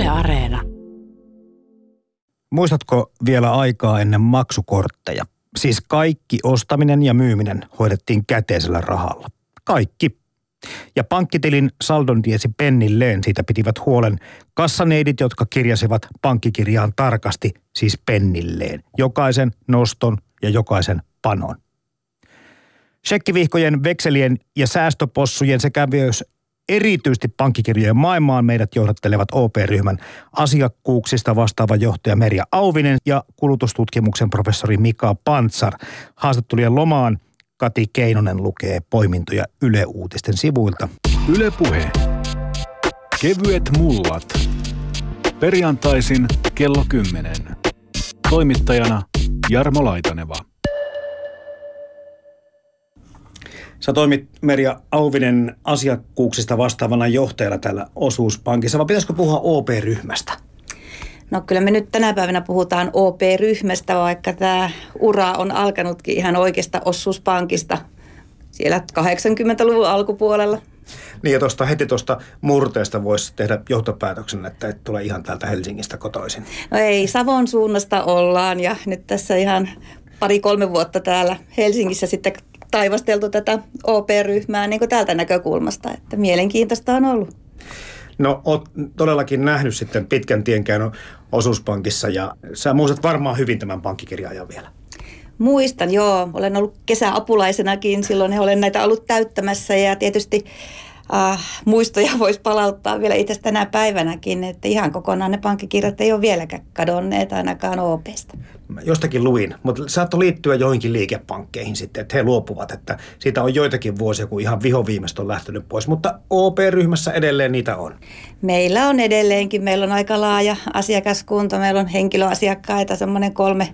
Yle Areena. Muistatko vielä aikaa ennen maksukortteja? Siis kaikki ostaminen ja myyminen hoidettiin käteisellä rahalla. Kaikki. Ja pankkitilin saldon tiesi pennilleen, siitä pitivät huolen kassaneidit, jotka kirjasivat pankkikirjaan tarkasti, siis pennilleen. Jokaisen noston ja jokaisen panon. Shekkivihkojen, vekselien ja säästöpossujen sekä myös erityisesti pankkikirjojen maailmaan meidät johdattelevat OP-ryhmän asiakkuuksista vastaava johtaja Merja Auvinen ja kulutustutkimuksen professori Mika Pantsar. Haastattelujen lomaan Kati Keinonen lukee poimintoja Yle Uutisten sivuilta. Yle Puhe. Kevyet mullat. Perjantaisin kello 10. Toimittajana Jarmo Laitaneva. Sä toimit, Merja Auvinen, asiakkuuksista vastaavana johtajana täällä Osuuspankissa, vai pitäisikö puhua OP-ryhmästä? No kyllä me nyt tänä päivänä puhutaan OP-ryhmästä, vaikka tämä ura on alkanutkin ihan oikeasta Osuuspankista siellä 80-luvun alkupuolella. Niin ja heti tuosta murteesta voisi tehdä johtopäätöksen, että et tule ihan täältä Helsingistä kotoisin. No ei, Savon suunnasta ollaan ja nyt tässä ihan 2-3 vuotta täällä Helsingissä sitten taivasteltu tätä OP-ryhmää niin kuin tältä näkökulmasta, että mielenkiintoista on ollut. No oot todellakin nähnyt sitten pitkän tienkäyn Osuuspankissa ja sä muistat varmaan hyvin tämän pankkikirja-ajan vielä. Muistan, joo. Olen ollut kesäapulaisenakin, silloin olen näitä ollut täyttämässä ja tietysti muistoja voisi palauttaa vielä itse tänä päivänäkin, että ihan kokonaan ne pankkikirjat ei ole vieläkään kadonneet ainakaan OP:sta. Jostakin luin, mutta saattoi liittyä joihinkin liikepankkeihin sitten, että he luopuvat, että siitä on joitakin vuosia, kun ihan vihoviimeistä on lähtenyt pois, mutta OP-ryhmässä edelleen niitä on. Meillä on edelleenkin, meillä on aika laaja asiakaskunta, meillä on henkilöasiakkaita semmoinen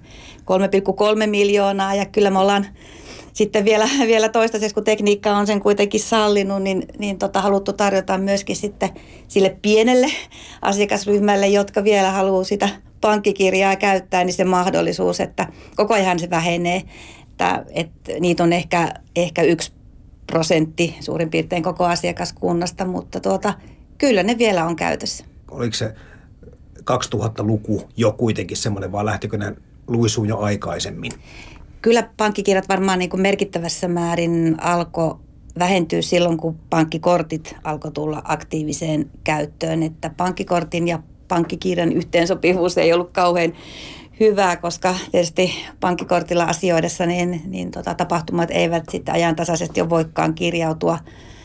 3,3 miljoonaa ja kyllä me ollaan sitten vielä toistaiseksi, kun tekniikka on sen kuitenkin sallinut, niin haluttu tarjota myöskin sitten sille pienelle asiakasryhmälle, jotka vielä haluaa sitä pankkikirjaa käyttää, niin se mahdollisuus, että koko ajan se vähenee, että niitä on ehkä 1% suurin piirtein koko asiakaskunnasta, mutta kyllä ne vielä on käytössä. Oliko se 2000-luku jo kuitenkin semmoinen, vai lähtikö ne luisuun jo aikaisemmin? Kyllä pankkikirjat varmaan niin kuin merkittävässä määrin alkoi vähentyä silloin, kun pankkikortit alkoi tulla aktiiviseen käyttöön. Että pankkikortin ja pankkikirjan yhteensopivuus ei ollut kauhean hyvä, koska tietysti pankkikortilla asioidessa niin tapahtumat eivät sitten ajantasaisesti jo voikaan kirjautua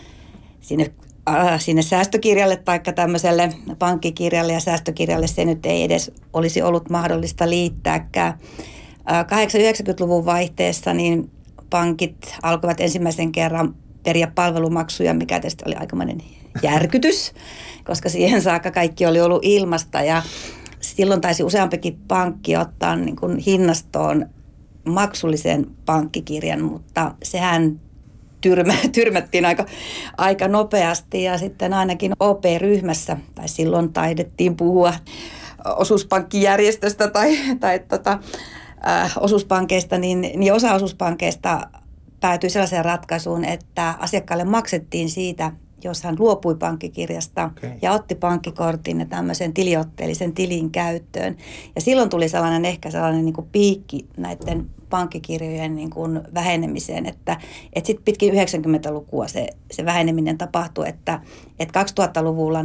sinne säästökirjalle tai tämmöiselle pankkikirjalle ja säästökirjalle se nyt ei edes olisi ollut mahdollista liittääkään. 80-90-luvun vaihteessa niin pankit alkoivat ensimmäisen kerran periä palvelumaksuja, mikä tietysti oli aikamoinen järkytys, koska siihen saakka kaikki oli ollut ilmasta ja silloin taisi useampikin pankki ottaa niin kuin hinnastoon maksullisen pankkikirjan, mutta sehän tyrmättiin aika nopeasti ja sitten ainakin OP-ryhmässä, tai silloin taidettiin puhua osuuspankkijärjestöstä tai osuuspankeista, niin osa osuuspankeista päätyi sellaiseen ratkaisuun, että asiakkaalle maksettiin siitä, jos hän luopui pankkikirjasta ja otti pankkikortin ja tämmöisen tiliotteellisen tilin käyttöön. Ja silloin tuli sellainen niin kuin piikki näiden pankkikirjojen niin kuin vähenemiseen, että sitten pitkin 90-lukua se väheneminen tapahtui, että 2000-luvulla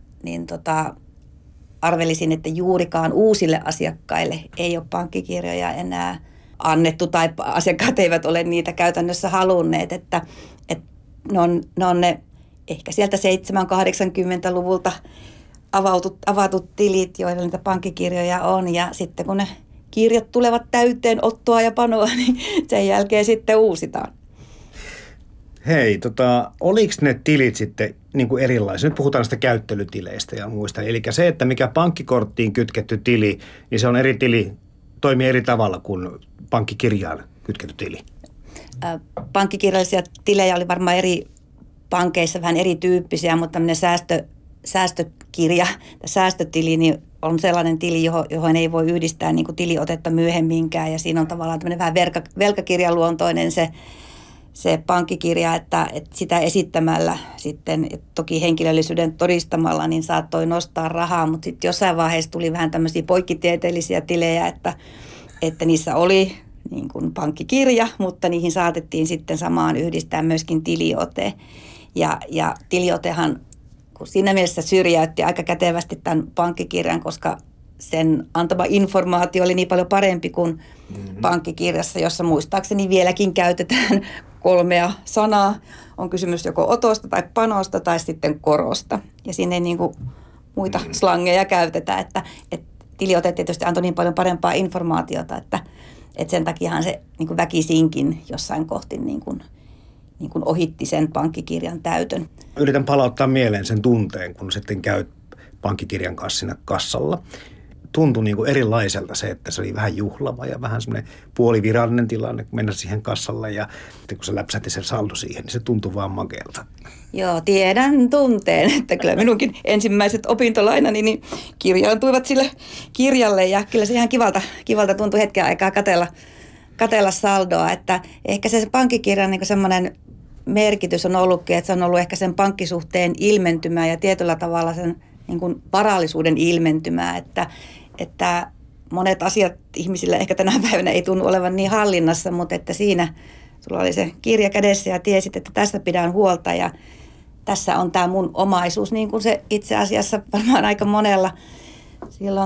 arvelisin, että juurikaan uusille asiakkaille ei ole pankkikirjoja enää annettu tai asiakkaat eivät ole niitä käytännössä halunneet, että ne on ne ehkä sieltä 70-80-luvulta avatut tilit, joilla niitä pankkikirjoja on ja sitten kun ne kirjat tulevat täyteen ottoa ja panoa, niin sen jälkeen sitten uusitaan. Hei, oliko ne tilit sitten niin kuin erilaisia? Nyt puhutaan näistä käyttelytileistä ja muista. Eli se, että mikä pankkikorttiin kytketty tili, niin se on eri tili, toimii eri tavalla kuin pankkikirjaan kytketty tili. Pankkikirjallisia tilejä oli varmaan eri pankeissa vähän erityyppisiä, mutta tämmöinen säästökirja tai säästötili niin on sellainen tili, johon ei voi yhdistää niin kuin tiliotetta myöhemminkään ja siinä on tavallaan tämmöinen vähän velkakirjaluontoinen se pankkikirja, että sitä esittämällä sitten, toki henkilöllisyyden todistamalla, niin saattoi nostaa rahaa, mutta sitten jossain vaiheessa tuli vähän tämmöisiä poikkitieteellisiä tilejä, että niissä oli niin kuin pankkikirja, mutta niihin saatettiin sitten samaan yhdistää myöskin tiliote. Ja tiliotehan siinä mielessä syrjäytti aika kätevästi tämän pankkikirjan, koska sen antama informaatio oli niin paljon parempi kuin pankkikirjassa, jossa muistaakseni vieläkin käytetään 3 sanaa. On kysymys joko otosta tai panosta tai sitten korosta. Ja siinä ei niin kuin muita slangeja käytetä, että tiliote tietysti antoi niin paljon parempaa informaatiota, että sen takiahan se niin kuin väkisinkin jossain kohti niin kuin ohitti sen pankkikirjan täytön. Yritän palauttaa mieleen sen tunteen, kun sitten käy pankkikirjan kanssa siinä kassalla. Tuntui niin kuin erilaiselta se, että se oli vähän juhlava ja vähän semmoinen puolivirallinen tilanne, kun mennä siihen kassalle ja kun se läpsähti sen saldo siihen, niin se tuntui vaan makealta. Joo, tiedän tunteen, että kyllä minunkin ensimmäiset opintolainani niin kirjaantuivat sille kirjalle ja kyllä se ihan kivalta tuntui hetken aikaa katsella saldoa, että ehkä se pankkikirjan niin semmoinen merkitys on ollutkin, että se on ollut ehkä sen pankkisuhteen ilmentymää ja tietyllä tavalla sen niin kuin varallisuuden ilmentymää, että monet asiat ihmisillä ehkä tänä päivänä ei tunnu olevan niin hallinnassa, mutta että siinä sulla oli se kirja kädessä ja tiesit, että tästä pidän huolta ja tässä on tämä mun omaisuus, niin kuin se itse asiassa varmaan aika monella silloin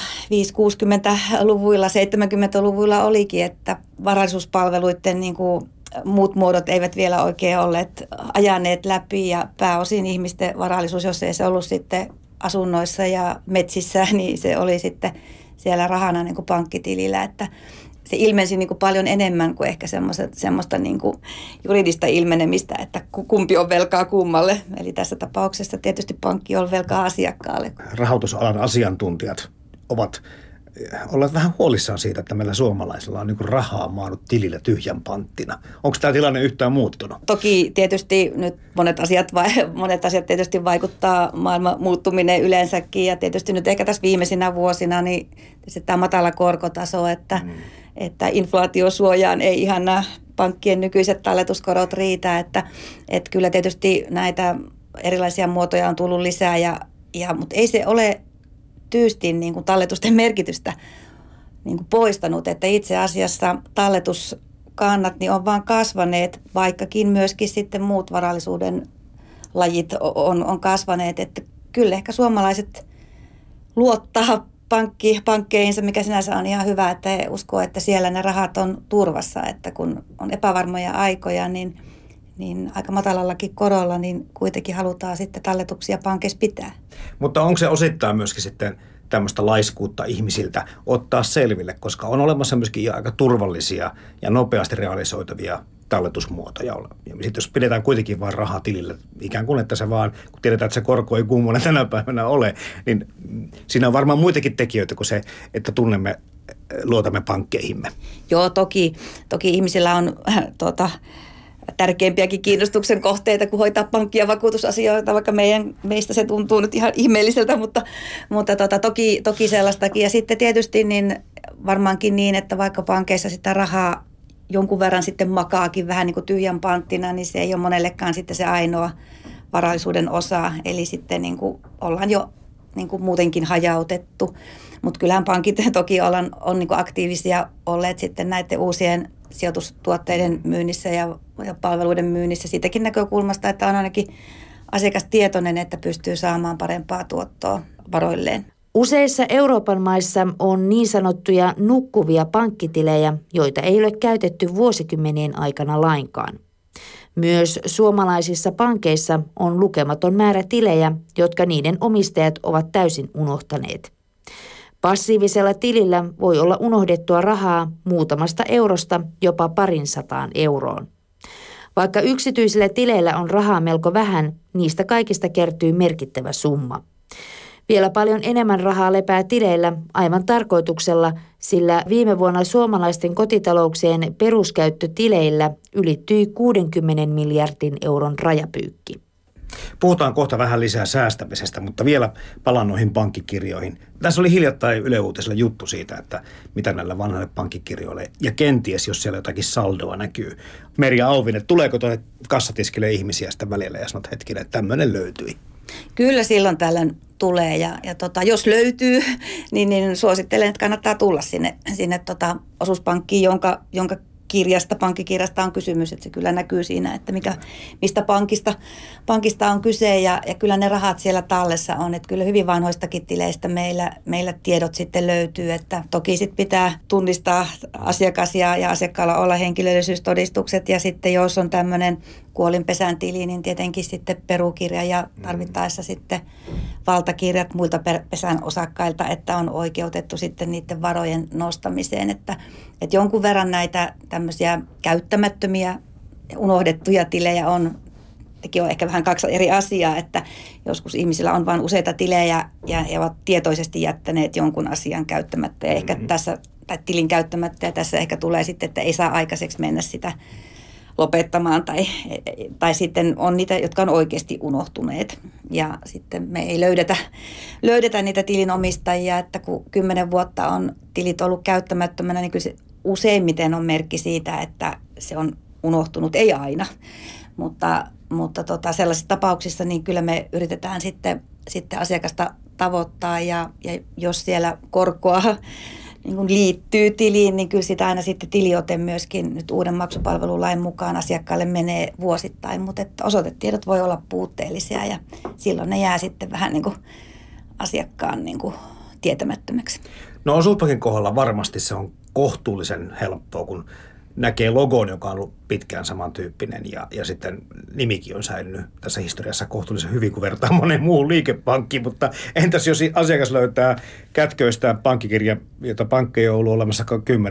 5-60-luvuilla, 70-luvuilla olikin, että varallisuuspalveluiden niin kuin muut muodot eivät vielä oikein olleet ajaneet läpi ja pääosin ihmisten varallisuus, jos ei se ollut sitten asunnoissa ja metsissä, niin se oli sitten siellä rahana niin kuin pankkitilillä, että se ilmensi niin kuin paljon enemmän kuin ehkä semmoista niin kuin juridista ilmenemistä, että kumpi on velkaa kummalle. Eli tässä tapauksessa tietysti pankki on velkaa asiakkaalle. Rahoitusalan asiantuntijat ovat olleet vähän huolissaan siitä, että meillä suomalaisilla on niin kuin rahaa maannut tilillä tyhjän panttina. Onko tämä tilanne yhtään muuttunut? Toki tietysti nyt monet asiat tietysti vaikuttaa maailman muuttuminen yleensäkin ja tietysti nyt ehkä tässä viimeisinä vuosina niin tämä matala korkotaso, että inflaatiosuojaan ei ihan nämä pankkien nykyiset talletuskorot riitä, että kyllä tietysti näitä erilaisia muotoja on tullut lisää, mutta ei se ole tyystin niin kuin talletusten merkitystä niin kuin poistanut, että itse asiassa talletuskannat niin on vaan kasvaneet, vaikkakin myöskin sitten muut varallisuuden lajit on kasvaneet, että kyllä ehkä suomalaiset luottaa pankkeihinsa, mikä sinänsä on ihan hyvä, että he uskoo, että siellä ne rahat on turvassa, että kun on epävarmoja aikoja, niin aika matalallakin korolla, niin kuitenkin halutaan sitten talletuksia pankeissa pitää. Mutta onko se osittain myöskin sitten tämmöistä laiskuutta ihmisiltä ottaa selville, koska on olemassa myöskin aika turvallisia ja nopeasti realisoitavia talletusmuotoja. Ja sitten jos pidetään kuitenkin vain rahaa tilille, ikään kuin että se vaan, kun tiedetään, että se korko ei kummonen tänä päivänä ole, niin siinä on varmaan muitakin tekijöitä kuin se, että luotamme pankkeihimme. Joo, toki ihmisillä on tärkeimpiäkin kiinnostuksen kohteita, kun hoitaa pankki- ja vakuutusasioita, vaikka meistä se tuntuu nyt ihan ihmeelliseltä, mutta toki sellaistakin. Ja sitten tietysti niin varmaankin niin, että vaikka pankeissa sitä rahaa jonkun verran sitten makaakin vähän niin kuin tyhjän panttina, niin se ei ole monellekaan sitten se ainoa varallisuuden osa. Eli sitten niin kuin ollaan jo niin kuin muutenkin hajautettu. Mutta kyllähän pankit toki on niin kuin aktiivisia olleet sitten näiden uusien sijoitustuotteiden myynnissä ja palveluiden myynnissä siitäkin näkökulmasta, että on ainakin asiakastietoinen, että pystyy saamaan parempaa tuottoa varoilleen. Useissa Euroopan maissa on niin sanottuja nukkuvia pankkitilejä, joita ei ole käytetty vuosikymmenien aikana lainkaan. Myös suomalaisissa pankeissa on lukematon määrä tilejä, jotka niiden omistajat ovat täysin unohtaneet. Passiivisella tilillä voi olla unohdettua rahaa muutamasta eurosta jopa 200 euroon. Vaikka yksityisillä tileillä on rahaa melko vähän, niistä kaikista kertyy merkittävä summa. Vielä paljon enemmän rahaa lepää tileillä aivan tarkoituksella, sillä viime vuonna suomalaisten kotitalouksien peruskäyttötileillä ylittyi 60 miljardin euron rajapyykki. Puhutaan kohta vähän lisää säästämisestä, mutta vielä palaan noihin pankkikirjoihin. Tässä oli hiljattain Yle Uutisilla juttu siitä, että mitä näillä vanhoille pankkikirjoille ja kenties, jos siellä jotakin saldoa näkyy. Merja Auvinen, tuleeko tuonne kassatiskille ihmisiä sitä välillä ja sanot hetkinen, että tämmöinen löytyi? Kyllä silloin tällöin tulee ja jos löytyy, niin suosittelen, että kannattaa tulla sinne osuuspankkiin, jonka pankkikirjasta on kysymys, että se kyllä näkyy siinä, että mistä pankista on kyse ja kyllä ne rahat siellä tallessa on, että kyllä hyvin vanhoistakin tileistä meillä tiedot sitten löytyy, että toki sitten pitää tunnistaa asiakas ja asiakkaalla olla henkilöllisyystodistukset ja sitten jos on tämmöinen kuolinpesän tili, niin tietenkin sitten perukirja ja tarvittaessa sitten valtakirjat muilta pesän osakkailta, että on oikeutettu sitten niiden varojen nostamiseen, että jonkun verran näitä tämmöisiä käyttämättömiä unohdettuja tilejä on, tekin on ehkä vähän kaksi eri asiaa, että joskus ihmisillä on vain useita tilejä ja he ovat tietoisesti jättäneet jonkun asian käyttämättä ja ehkä tässä, tai tilin käyttämättä ja tässä ehkä tulee sitten, että ei saa aikaiseksi mennä sitä lopettamaan tai sitten on niitä, jotka on oikeasti unohtuneet ja sitten me ei löydetä niitä tilinomistajia, että kun 10 vuotta on tilit ollut käyttämättömänä, niin kyllä se useimmiten on merkki siitä, että se on unohtunut, ei aina, mutta sellaisissa tapauksissa niin kyllä me yritetään sitten asiakasta tavoittaa ja jos siellä korkoa niin kun liittyy tiliin, niin kyllä sitä aina sitten tiliote myöskin nyt uuden maksupalvelulain mukaan asiakkaalle menee vuosittain, mutta että osoitetiedot voi olla puutteellisia ja silloin ne jää sitten vähän niin kuin asiakkaan niin kuin tietämättömäksi. No osuuspankin kohdalla varmasti se on kohtuullisen helppoa, kun näkee logon, joka on ollut pitkään samantyyppinen ja sitten nimikin on säilynyt tässä historiassa kohtuullisen hyvin, kun vertaa monen muun liikepankkiin. Mutta entäs jos asiakas löytää kätköistään pankkikirjan, jota pankki on ollut olemassa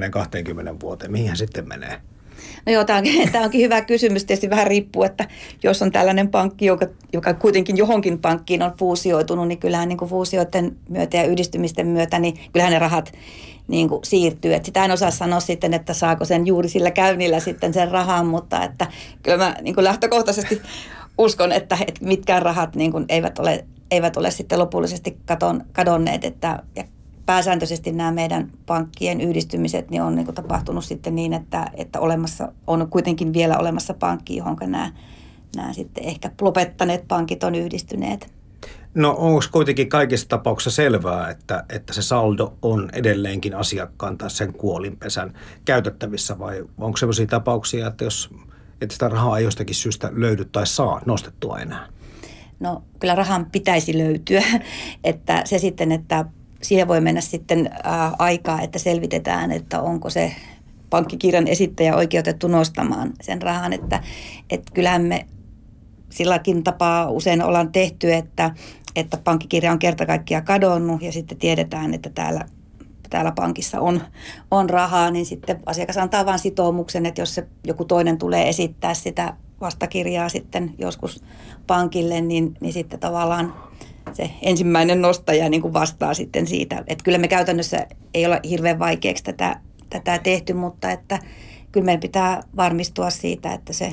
10-20 vuoteen, mihin hän sitten menee? No joo, tämä onkin hyvä kysymys. Tietysti vähän riippuu, että jos on tällainen pankki, joka kuitenkin johonkin pankkiin on fuusioitunut, niin kyllähän niin kuin fuusioiden myötä ja yhdistymisten myötä, niin kyllähän ne rahat niin kuin siirtyy. Et sitä en osaa sanoa sitten, että saako sen juuri sillä käynnillä sitten sen rahan, mutta että kyllä mä niin kuin lähtökohtaisesti uskon, että mitkään rahat niin kuin eivät ole sitten lopullisesti kadonneet, ja pääsääntöisesti nämä meidän pankkien yhdistymiset niin on niin kuin tapahtunut sitten niin, että on kuitenkin vielä olemassa pankki, johon nämä sitten ehkä lopettaneet pankit on yhdistyneet. No onko kuitenkin kaikissa tapauksissa selvää, että se saldo on edelleenkin asiakkaan tai sen kuolinpesän käytettävissä vai onko sellaisia tapauksia, että sitä rahaa ei jostakin syystä löydy tai saa nostettua enää? No kyllä rahan pitäisi löytyä, että se sitten, että siihen voi mennä sitten aikaa, että selvitetään, että onko se pankkikirjan esittäjä oikeutettu nostamaan sen rahan, että kyllähän me silläkin tapaa usein ollaan tehty, että pankkikirja on kerta kaikkiaan kadonnut ja sitten tiedetään, että täällä pankissa on rahaa, niin sitten asiakas antaa vain sitoumuksen, että jos joku toinen tulee esittää sitä vastakirjaa sitten joskus pankille, niin sitten tavallaan se ensimmäinen nostaja niin kuin vastaa sitten siitä. Että kyllä me käytännössä ei ole hirveän vaikeaksi tätä tehty, mutta että kyllä meidän pitää varmistua siitä, että se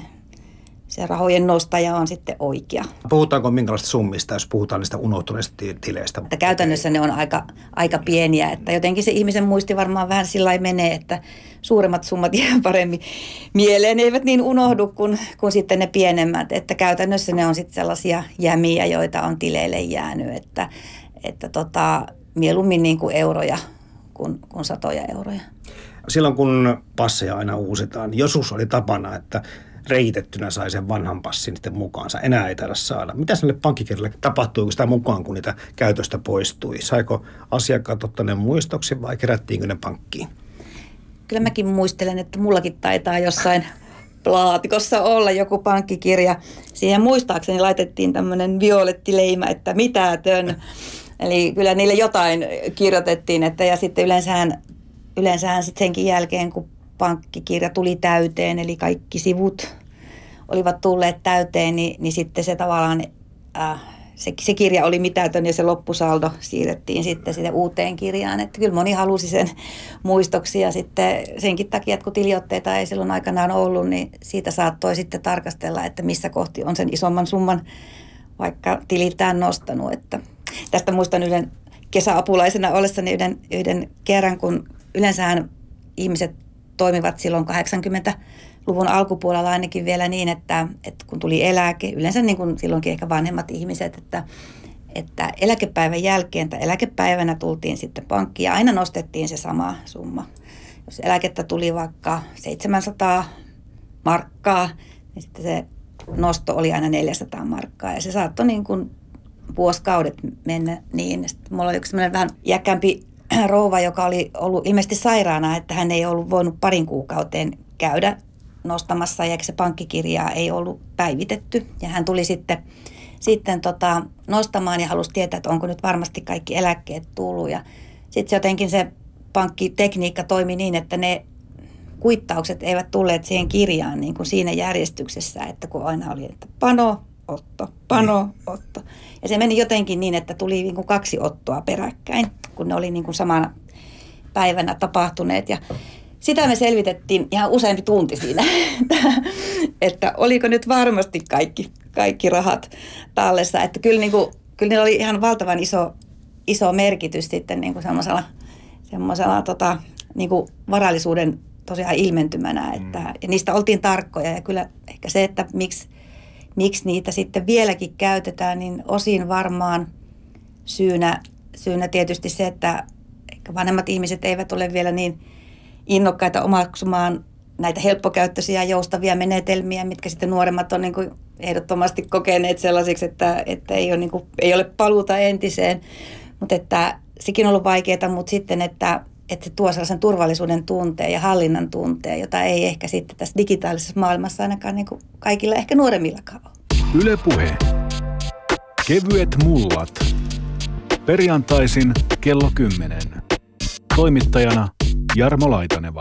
rahojen nostaja on sitten oikea. Puhutaanko minkälaista summista, jos puhutaan niistä unohtuneista tileistä? Että käytännössä ne on aika pieniä, että jotenkin se ihmisen muisti varmaan vähän sillä lailla menee, että suuremmat summat jää paremmin mieleen, eivät niin unohdu kuin sitten ne pienemmät, että käytännössä ne on sitten sellaisia jämiä, joita on tileille jäänyt, että mieluummin niin kuin euroja kuin satoja euroja. Silloin kun passeja aina uusitaan, joskus oli tapana, että reitettynä sai sen vanhan passin sitten mukaansa. Enää ei taida saada. Mitä sille pankkikirjalle tapahtui sitä mukaan, kun niitä käytöstä poistui? Saiko asiakkaat ottaa ne muistoksi vai kerättiinkö ne pankkiin? Kyllä mäkin muistelen, että mullakin taitaa jossain laatikossa olla joku pankkikirja. Siihen muistaakseni laitettiin tämmöinen violettileimä, että mitätön. Eli kyllä niille jotain kirjoitettiin, ja sitten yleensähän sitten senkin jälkeen, kun pankkikirja tuli täyteen, eli kaikki sivut olivat tulleet täyteen, niin sitten se tavallaan, se kirja oli mitätön ja se loppusaldo siirrettiin sitten uuteen kirjaan. Että kyllä moni halusi sen muistoksi ja sitten senkin takia, että kun tiliotteita ei silloin aikanaan ollut, niin siitä saattoi sitten tarkastella, että missä kohti on sen isomman summan vaikka tililtään nostanut. Että tästä muistan yhden kesäapulaisena ollessani yhden kerran, kun yleensähän ihmiset toimivat silloin 80-luvun alkupuolella ainakin vielä niin, että kun tuli eläke, yleensä niin kuin silloinkin ehkä vanhemmat ihmiset, että eläkepäivän jälkeen tai eläkepäivänä tultiin sitten pankkiin ja aina nostettiin se sama summa. Jos eläkettä tuli vaikka 700 markkaa, niin sitten se nosto oli aina 400 markkaa ja se saattoi niin kuin vuosikaudet mennä niin. Sitten mulla oli yksi sellainen vähän jäkämpi rouva, joka oli ollut ilmeisesti sairaana, että hän ei ollut voinut parin kuukauteen käydä nostamassa ja se pankkikirjaa ei ollut päivitetty. Ja hän tuli sitten nostamaan ja halusi tietää, että onko nyt varmasti kaikki eläkkeet tullut. Ja sitten se jotenkin se pankkitekniikka toimi niin, että ne kuittaukset eivät tulleet siihen kirjaan niin kuin siinä järjestyksessä, että kun aina oli, että pano, otto. Ja se meni jotenkin niin, että tuli niin kuin 2 ottoa peräkkäin, kun ne oli niin kuin samana päivänä tapahtuneet. Ja sitä me selvitettiin ihan useampi tunti siinä, että oliko nyt varmasti kaikki rahat tallessa. Että kyllä niillä oli ihan valtavan iso merkitys sitten niin kuin semmoisella niin kuin varallisuuden tosiaan ilmentymänä. Ja niistä oltiin tarkkoja ja kyllä ehkä se, että miksi niitä sitten vieläkin käytetään, niin osin varmaan syynä tietysti se, että ehkä vanhemmat ihmiset eivät ole vielä niin innokkaita omaksumaan näitä helppokäyttöisiä joustavia menetelmiä, mitkä sitten nuoremmat on niin kuin ehdottomasti kokeneet sellaisiksi, että ei ole paluuta entiseen. Mutta että sekin on ollut vaikeaa, mutta sitten, että se tuo sellaisen turvallisuuden tunteen ja hallinnan tunteen, jota ei ehkä sitten tässä digitaalisessa maailmassa ainakaan niin kuin kaikilla ehkä nuoremmillakaan ole. Yle Puhe. Kevyet mullat. Perjantaisin kello 10. Toimittajana Jarmo Laitaneva.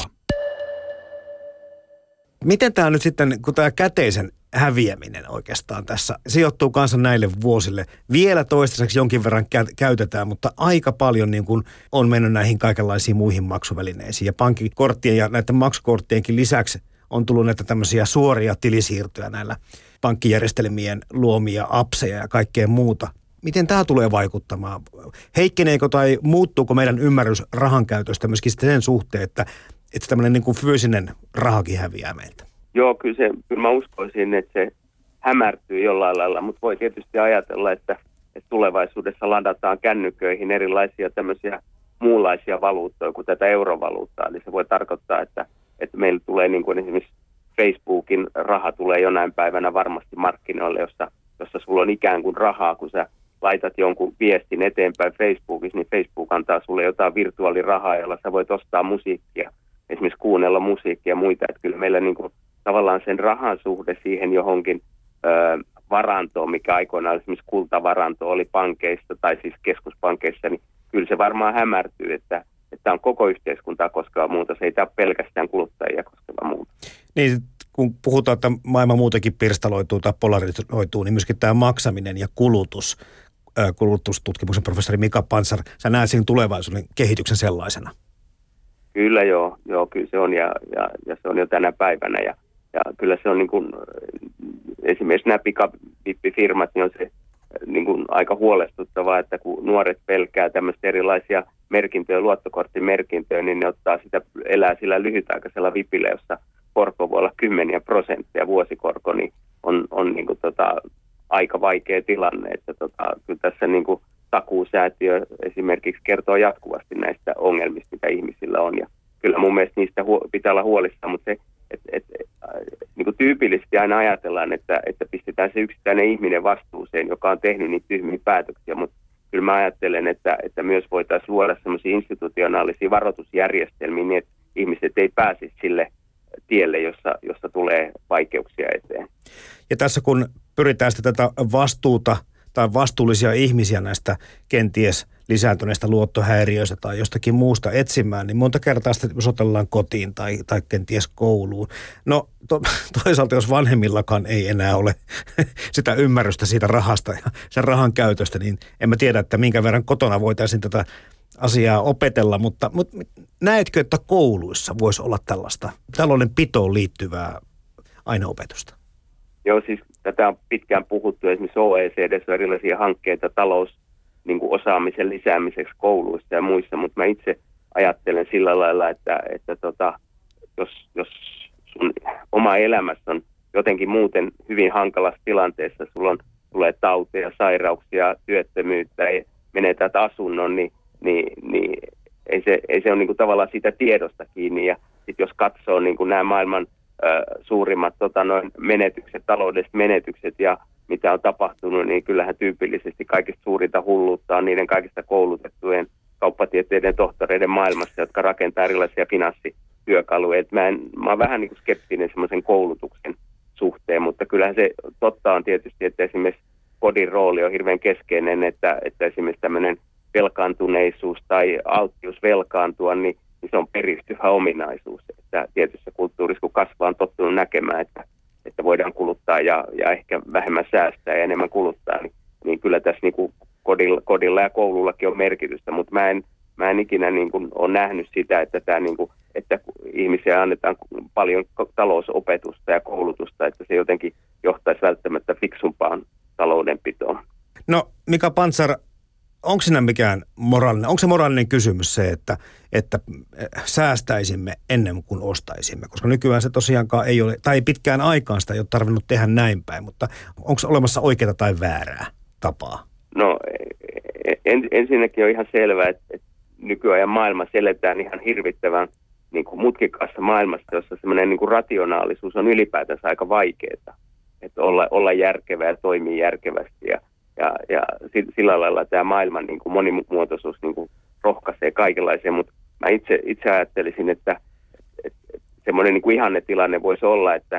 Miten tämä nyt sitten, kun tämä käteisen häviäminen oikeastaan tässä sijoittuu kanssa näille vuosille. Vielä toistaiseksi jonkin verran käytetään, mutta aika paljon niin kuin on mennyt näihin kaikenlaisiin muihin maksuvälineisiin. Ja pankkikorttien ja näiden maksukorttienkin lisäksi on tullut näitä tämmöisiä suoria tilisiirtoja näillä pankkijärjestelmien luomia appseja ja kaikkea muuta. Miten tämä tulee vaikuttamaan? Heikkeneekö tai muuttuuko meidän ymmärrys rahan käytöstä myöskin sen suhteen, että tämmöinen niin kuin fyysinen rahakin häviää meiltä? Joo, kyllä mä uskoisin, että se hämärtyy jollain lailla, mutta voi tietysti ajatella, että tulevaisuudessa ladataan kännyköihin erilaisia tämmöisiä muunlaisia valuuttoja kuin tätä eurovaluuttaa. Eli se voi tarkoittaa, että meillä tulee niin kuin esimerkiksi Facebookin raha tulee jonain päivänä varmasti markkinoille, jossa sulla on ikään kuin rahaa, kun sä laitat jonkun viestin eteenpäin Facebookissa, niin Facebook antaa sulle jotain virtuaalirahaa, jolla sä voit ostaa musiikkia, esimerkiksi kuunnella musiikkia ja muita. Että kyllä meillä niin kuin tavallaan sen rahan suhde siihen johonkin varantoon, mikä aikoinaan esimerkiksi kultavaranto oli pankeissa tai siis keskuspankeissa, niin kyllä se varmaan hämärtyy, että on koko yhteiskuntaa koskeva muutos, ei tämä pelkästään kuluttajia koskeva muutos. Niin, kun puhutaan, että maailma muutenkin pirstaloituu tai polarisoituu, niin myöskin tämä maksaminen ja kulutustutkimuksen professori Mika Pantsar, sä näet siinä tulevaisuuden kehityksen sellaisena? Kyllä joo, kyllä se on ja se on jo tänä päivänä ja kyllä se on niin kuin, esimerkiksi nämä pikavippifirmat, niin on se niin kuin aika huolestuttavaa, että kun nuoret pelkää tämmöistä erilaisia merkintöjä, luottokorttimerkintöjä, niin ne elää sillä lyhytaikaisella vipillä, jossa korko voi olla 10% vuosikorko, niin on niin kuin aika vaikea tilanne, että kyllä tässä niin kuin takuusäätiö esimerkiksi kertoo jatkuvasti näistä ongelmista, mitä ihmisillä on ja kyllä mun mielestä niistä pitää olla huolissaan, mutta se, niin kuin tyypillisesti aina ajatellaan, että pistetään se yksittäinen ihminen vastuuseen, joka on tehnyt niitä tyhmiä päätöksiä, mutta kyllä mä ajattelen, että myös voitaisiin luoda sellaisia institutionaalisia varoitusjärjestelmiä niin, että ihmiset ei pääsisi sille tielle, jossa tulee vaikeuksia eteen. Ja tässä kun pyritään sitten tätä vastuuta tai vastuullisia ihmisiä näistä kenties lisääntyneistä luottohäiriöistä tai jostakin muusta etsimään, niin monta kertaa sitten sotellaan kotiin tai kenties kouluun. No toisaalta jos vanhemmillakaan ei enää ole sitä ymmärrystä siitä rahasta ja sen rahan käytöstä, niin en mä tiedä, että minkä verran kotona voitaisiin tätä asiaa opetella, mutta näetkö, että kouluissa voisi olla tällaista talouden pitoon liittyvää aineopetusta? Joo, siis tätä on pitkään puhuttu. Esimerkiksi OECD:ssä on erilaisia hankkeita niin kuin osaamisen lisäämiseksi kouluissa ja muissa, mutta mä itse ajattelen sillä lailla, että jos sun oma elämässä on jotenkin muuten hyvin hankalassa tilanteessa, tulee tauteja, sairauksia, työttömyyttä, menetät asunnon, niin ei se ole niin kuin tavallaan siitä tiedosta kiinni. Ja sit jos katsoo niin kuin nämä maailman suurimmat menetykset, taloudelliset menetykset ja mitä on tapahtunut, niin kyllähän tyypillisesti kaikista suurinta hulluutta on niiden kaikista koulutettujen kauppatieteiden tohtoreiden maailmassa, jotka rakentaa erilaisia finanssityökaluja. Mä oon vähän niin kuin skeptinen semmoisen koulutuksen suhteen, mutta kyllähän se totta on tietysti, että esimerkiksi kodin rooli on hirveän keskeinen, että esimerkiksi tämmöinen velkaantuneisuus tai alttius velkaantua, niin se on peristyvä ominaisuus. Että tietyssä kulttuurissa, kun kasvaa, on tottunut näkemään, että voidaan kuluttaa ja ehkä vähemmän säästää ja enemmän kuluttaa, niin kyllä tässä niin kuin kodilla ja koulullakin on merkitystä, mutta mä en ikinä niin kuin ole nähnyt sitä, että että ihmisiä annetaan paljon talousopetusta ja koulutusta, että se jotenkin johtaisi välttämättä fiksumpaan taloudenpitoon. No Mika Pantsar, onko se moraalinen kysymys se, että säästäisimme ennen kuin ostaisimme? Koska nykyään se tosiaankaan ei ole, tai pitkään aikaan sitä ei ole tarvinnut tehdä näin päin, mutta onko olemassa oikeaa tai väärää tapaa? No ensinnäkin on ihan selvää, että nykyajan maailmassa eletään ihan hirvittävän niin kuin mutkikkaassa maailmassa, jossa semmoinen niin kuin rationaalisuus on ylipäätänsä aika vaikeaa. Että olla järkevää ja toimia järkevästi ja sillä lailla tämä maailman niin kuin monimuotoisuus niin kuin rohkaisee kaikenlaiseen, mutta mä itse ajattelisin, että semmoinen niin kuin ihannetilanne voisi olla, että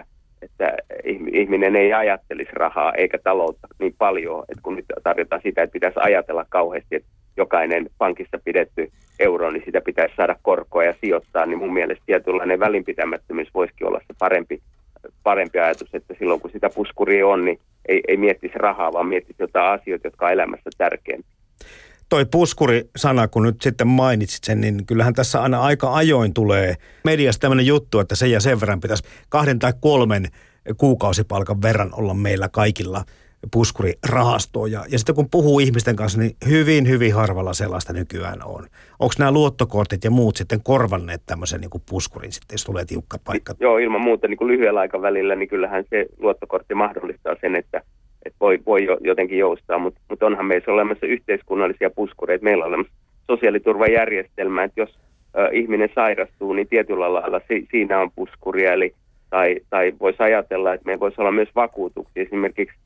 ihminen ei ajattelisi rahaa eikä taloutta niin paljon, että kun nyt tarjotaan sitä, että pitäisi ajatella kauheasti, että jokainen pankissa pidetty euro, niin sitä pitäisi saada korkoa ja sijoittaa, niin mun mielestä tietynlainen välinpitämättömyys voisikin olla se parempi ajatus, että silloin kun sitä puskuria on, niin ei miettisi rahaa, vaan miettisi jotain asioita, jotka on elämässä tärkeämpiä. Toi puskuri-sana, kun nyt sitten mainitsit sen, niin kyllähän tässä aina aika ajoin tulee mediassa tämmöinen juttu, että sen ja sen verran pitäisi 2 tai 3 kuukausipalkan verran olla meillä kaikilla puskurirahastoa. Ja sitten kun puhuu ihmisten kanssa, niin hyvin, hyvin harvalla sellaista nykyään on. Onko nämä luottokortit ja muut sitten korvanneet tämmöisen niin kuin puskurin sitten, jos tulee tiukka paikka? Joo, ilman muuta niin kuin lyhyellä aikavälillä, niin kyllähän se luottokortti mahdollistaa sen, että voi jotenkin joustaa, mutta onhan meissä olemassa yhteiskunnallisia puskureita. Meillä on olemassa sosiaaliturvajärjestelmä, että jos ihminen sairastuu, niin tietyllä lailla siinä on puskuria. Tai voisi ajatella, että meillä voisi olla myös vakuutuksia. Esimerkiksi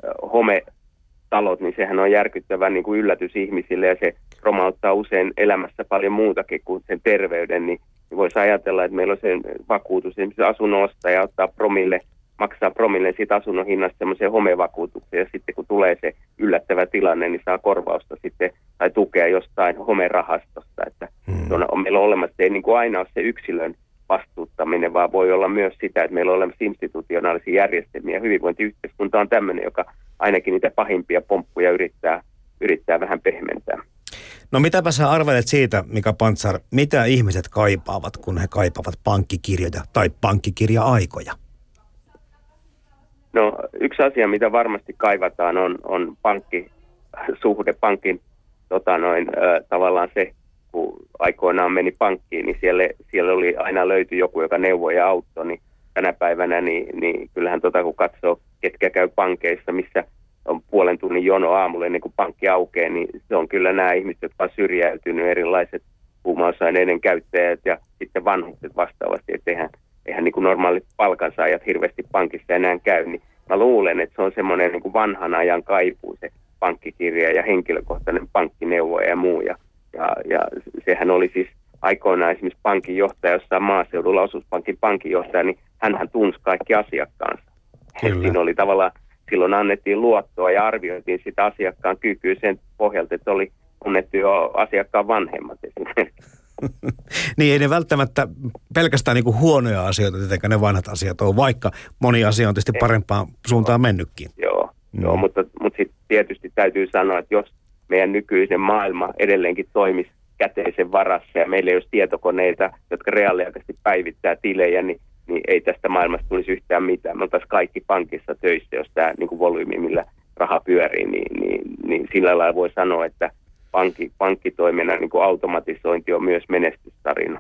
hometalot, niin sehän on järkyttävä niin kuin yllätys ihmisille ja se romauttaa usein elämässä paljon muutakin kuin sen terveyden. Niin voisi ajatella, että meillä on sen vakuutus. Esimerkiksi asunnon ostaja ottaa maksaa promilleen siitä asunnon hinnasta semmoisen homevakuutuksen ja sitten kun tulee se yllättävä tilanne, niin saa korvausta sitten tai tukea jostain homerahastosta. Että meillä on olemassa, ei niin kuin aina ole se yksilön vastuuttaminen, vaan voi olla myös sitä, että meillä on olemassa institutionaalisia järjestelmiä. Hyvinvointiyhteiskunta on tämmöinen, joka ainakin niitä pahimpia pomppuja yrittää vähän pehmentää. No mitäpä sä arvelet siitä, Mika Pantsar, mitä ihmiset kaipaavat, kun he kaipaavat pankkikirjoja tai pankkikirja-aikoja? No yksi asia, mitä varmasti kaivataan, on pankkisuhde, pankin tavallaan se, kun aikoinaan meni pankkiin, niin siellä oli aina löytyi joku, joka neuvoi ja auttoi, niin tänä päivänä, niin kyllähän kun katsoo, ketkä käy pankeissa, missä on puolen tunnin jono aamulla ennen kuin pankki aukeaa, niin se on kyllä nämä ihmiset, jotka on syrjäytynyt, erilaiset huumausaineiden käyttäjät ja sitten vanhukset vastaavasti, että eihän niin kuin normaalit palkansaajat hirveästi pankissa enää käy, niin mä luulen, että se on semmoinen niin kuin vanhan ajan kaipuu, se pankkikirja ja henkilökohtainen pankkineuvoja ja muu. Ja sehän oli siis aikoinaan esimerkiksi pankinjohtaja, jossain maaseudulla osuuspankin pankinjohtaja, niin hänhän tunsi kaikki asiakkaansa. Siinä oli tavallaan, silloin annettiin luottoa ja arvioitiin sitä asiakkaan kykyä sen pohjalta, että oli tunnettu jo asiakkaan vanhemmat esimerkiksi. Niin ei ne välttämättä pelkästään niin kuin huonoja asioita, tietenkään ne vanhat asiat on, vaikka moni asia on tietysti parempaan suuntaan mennytkin. Joo, mutta sitten tietysti täytyy sanoa, että jos meidän nykyisen maailma edelleenkin toimisi käteisen varassa ja meillä ei olisi tietokoneita, jotka reaaliaikaisesti päivittää tilejä, niin niin ei tästä maailmasta tulisi yhtään mitään. Me oltaisiin kaikki pankissa töissä, jos tämä niin kuin volyymi, millä raha pyörii, niin sillä lailla voi sanoa, että pankkitoiminnan niin kuin automatisointi on myös menestystarina.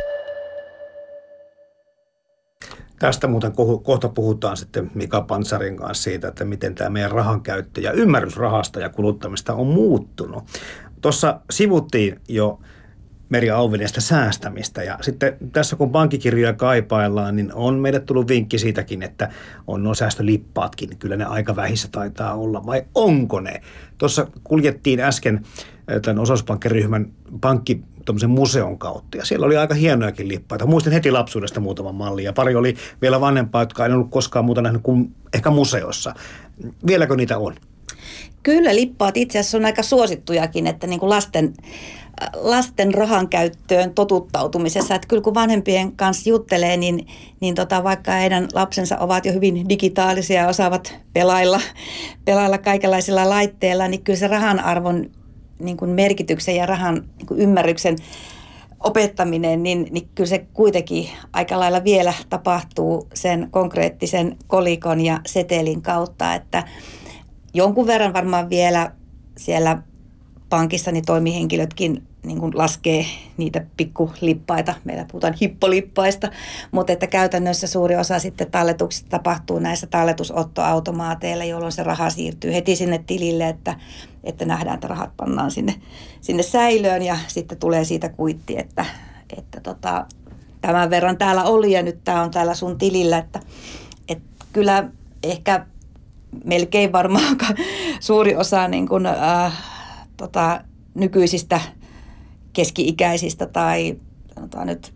Tästä muuten kohta puhutaan sitten Mika Pantsarin kanssa siitä, että miten tämä meidän rahankäyttö ja ymmärrys rahasta ja kuluttamista on muuttunut. Tuossa sivuttiin jo Meri Auvinen säästämistä ja sitten tässä kun pankkikirjoja kaipaillaan, niin on meille tullut vinkki siitäkin, että on nuo säästölippaatkin. Kyllä ne aika vähissä taitaa olla vai onko ne? Tuossa kuljettiin äsken tämän osauspankkiryhmän tuommoisen museon kautta ja siellä oli aika hienojakin lippaita. Muistin heti lapsuudesta muutaman mallin ja pari oli vielä vanhempaa, jotka en ollut koskaan muuta nähnyt kuin ehkä museossa. Vieläkö niitä on? Kyllä lippaat itse asiassa on aika suosittujakin, että niin kuin lasten rahan käyttöön totuttautumisessa. Että kyllä kun vanhempien kanssa juttelee, niin vaikka heidän lapsensa ovat jo hyvin digitaalisia ja osaavat pelailla kaikenlaisilla laitteilla, niin kyllä se rahan arvon niin kuin merkityksen ja rahan niin kuin ymmärryksen opettaminen, niin kyllä se kuitenkin aika lailla vielä tapahtuu sen konkreettisen kolikon ja setelin kautta, että jonkun verran varmaan vielä siellä pankissa niin toimihenkilötkin niin kuin laskee niitä pikkulippaita. Meillä puhutaan hippolippaista, mutta että käytännössä suuri osa sitten talletuksista tapahtuu näissä talletusottoautomaateilla, jolloin se raha siirtyy heti sinne tilille, että nähdään, että rahat pannaan sinne säilöön ja sitten tulee siitä kuitti, että tämän verran täällä oli ja nyt tämä on täällä sun tilillä, että kyllä ehkä melkein varmaan suuri osa niin kuin, nykyisistä keski-ikäisistä tai sanotaan nyt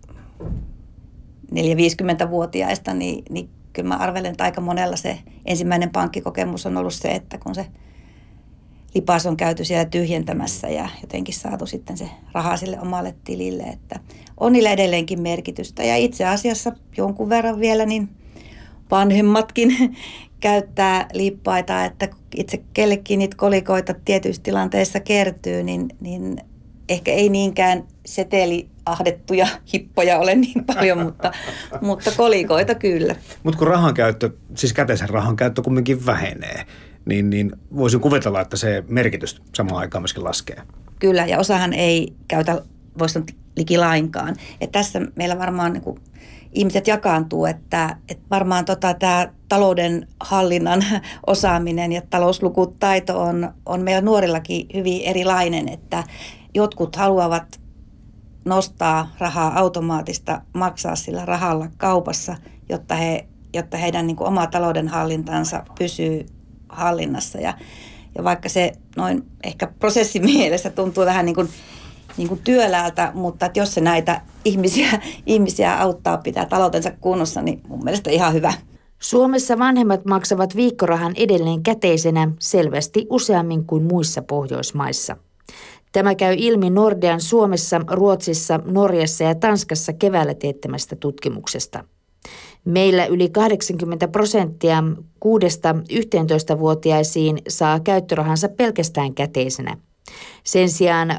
4-50-vuotiaista, niin kyllä mä arvelen, että aika monella se ensimmäinen pankkikokemus on ollut se, että kun se lipas on käyty siellä tyhjentämässä ja jotenkin saatu sitten se raha sille omalle tilille, että on niillä edelleenkin merkitystä. Ja itse asiassa jonkun verran vielä niin vanhemmatkin käyttää lippaita, että itse kellekin niitä kolikoita tietyissä tilanteissa kertyy, niin ehkä ei niinkään seteliahdettuja hippoja ole niin paljon, mutta kolikoita kyllä. Mutta kun rahankäyttö, siis käteisen rahankäyttö kumminkin vähenee, niin voisin kuvitella, että se merkitys samaan aikaan myöskin laskee. Kyllä, ja osahan ei käytä, voisi sanoa liki lainkaan. Et tässä meillä varmaan niin kuin ihmiset jakaantuu, että varmaan tämä talouden hallinnan osaaminen ja talouslukutaito on meillä nuorillakin hyvin erilainen, että jotkut haluavat nostaa rahaa automaattista, maksaa sillä rahalla kaupassa, jotta heidän niin kuin oma talouden hallintansa pysyy hallinnassa. Ja vaikka se noin ehkä prosessimielessä tuntuu vähän niin kuin työläältä, mutta että jos se näitä ihmisiä auttaa pitää taloutensa kunnossa, niin mun mielestä ihan hyvä. Suomessa vanhemmat maksavat viikkorahan edelleen käteisenä selvästi useammin kuin muissa Pohjoismaissa. Tämä käy ilmi Nordean Suomessa, Ruotsissa, Norjassa ja Tanskassa keväällä teettämästä tutkimuksesta. Meillä yli 80% 6-11-vuotiaisiin saa käyttörahansa pelkästään käteisenä. Sen sijaan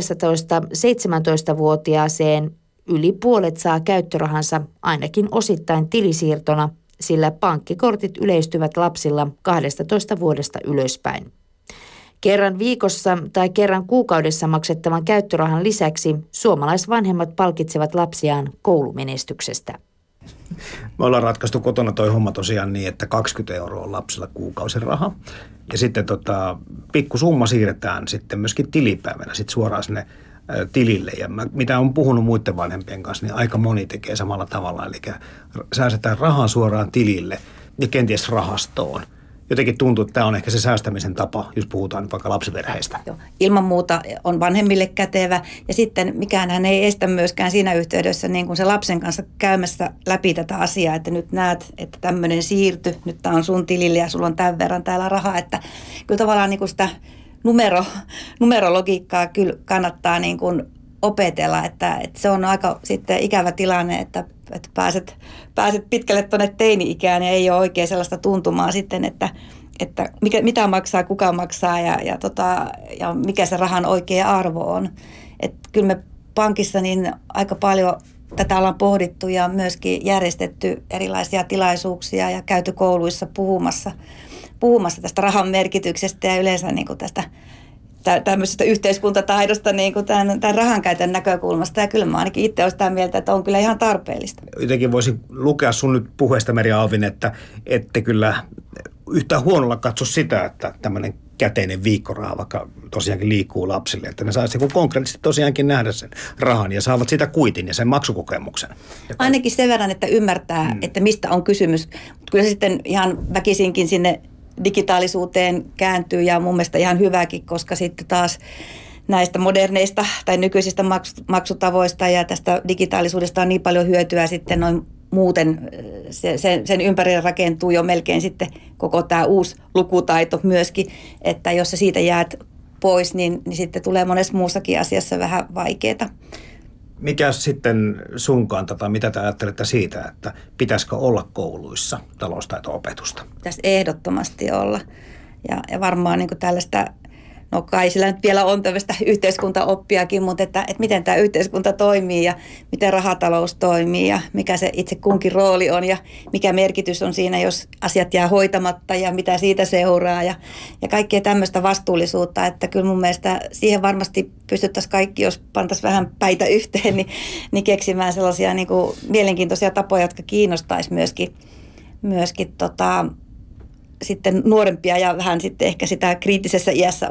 12-17-vuotiaaseen yli puolet saa käyttörahansa ainakin osittain tilisiirtona, sillä pankkikortit yleistyvät lapsilla 12 vuodesta ylöspäin. Kerran viikossa tai kerran kuukaudessa maksettavan käyttörahan lisäksi suomalaisvanhemmat palkitsevat lapsiaan koulumenestyksestä. Me ollaan ratkaistu kotona toi homma tosiaan niin, että 20 € on lapsella kuukausiraha. Ja sitten pikkusumma siirretään sitten myöskin tilipäivänä sitten suoraan sinne tilille. Ja mitä on puhunut muiden vanhempien kanssa, niin aika moni tekee samalla tavalla. Eli säästetään rahaa suoraan tilille ja kenties rahastoon. Jotenkin tuntuu, että tämä on ehkä se säästämisen tapa, jos puhutaan vaikka lapsiperheistä. Joo. Ilman muuta on vanhemmille kätevä ja sitten mikäänhän ei estä myöskään siinä yhteydessä niin kuin se lapsen kanssa käymässä läpi tätä asiaa, että nyt näet, että tämmöinen siirty, nyt tämä on sun tilille ja sulla on tämän verran täällä rahaa, että kyllä tavallaan niin kuin sitä numerologiikkaa kyllä kannattaa niin kuin opetella, että se on aika sitten ikävä tilanne, että pääset pitkälle tuonne teini-ikään ja ei ole oikein sellaista tuntumaa sitten, että mitä maksaa, kuka maksaa ja mikä se rahan oikea arvo on. Että kyllä me pankissa niin aika paljon tätä ollaan pohdittu ja myöskin järjestetty erilaisia tilaisuuksia ja käyty kouluissa puhumassa tästä rahan merkityksestä ja yleensä niin kuin tästä tämmöisestä yhteiskuntataidosta niin kuin tämän rahankäytön näkökulmasta. Ja kyllä mä ainakin itse olen sitä mieltä, että on kyllä ihan tarpeellista. Jotenkin voisin lukea sun nyt puheesta, Merja Auvinen, että ette kyllä yhtään huonolla katso sitä, että tämmöinen käteinen viikkoraha vaikka tosiaankin liikkuu lapsille, että ne saisi konkreettisesti tosiaankin nähdä sen rahan ja saavat sitä kuitin ja sen maksukokemuksen. Ainakin sen verran, että ymmärtää, että mistä on kysymys. Mutta kyllä se sitten ihan väkisinkin sinne digitaalisuuteen kääntyy ja mun mielestä ihan hyväkin, koska sitten taas näistä moderneista tai nykyisistä maksutavoista ja tästä digitaalisuudesta on niin paljon hyötyä sitten noin muuten. Sen ympärille rakentuu jo melkein sitten koko tämä uusi lukutaito myöskin, että jos sä siitä jäät pois, niin sitten tulee monessa muussakin asiassa vähän vaikeaa. Mikä sitten sun kanta tai mitä te ajattelette siitä, että pitäisikö olla kouluissa taloustaito-opetusta? Pitäisi ehdottomasti olla ja varmaan niin kuin tällaista, no kai sillä nyt vielä on tällaista yhteiskuntaoppiakin, mutta että miten tämä yhteiskunta toimii ja miten rahatalous toimii ja mikä se itse kunkin rooli on ja mikä merkitys on siinä, jos asiat jää hoitamatta ja mitä siitä seuraa ja kaikkea tämmöistä vastuullisuutta, että kyllä mun mielestä siihen varmasti pystyttäisiin kaikki, jos pantaisiin vähän päitä yhteen, niin keksimään sellaisia niin kuin mielenkiintoisia tapoja, jotka kiinnostaisi myöskin sitten nuorempia ja vähän sitten ehkä sitä kriittisessä iässä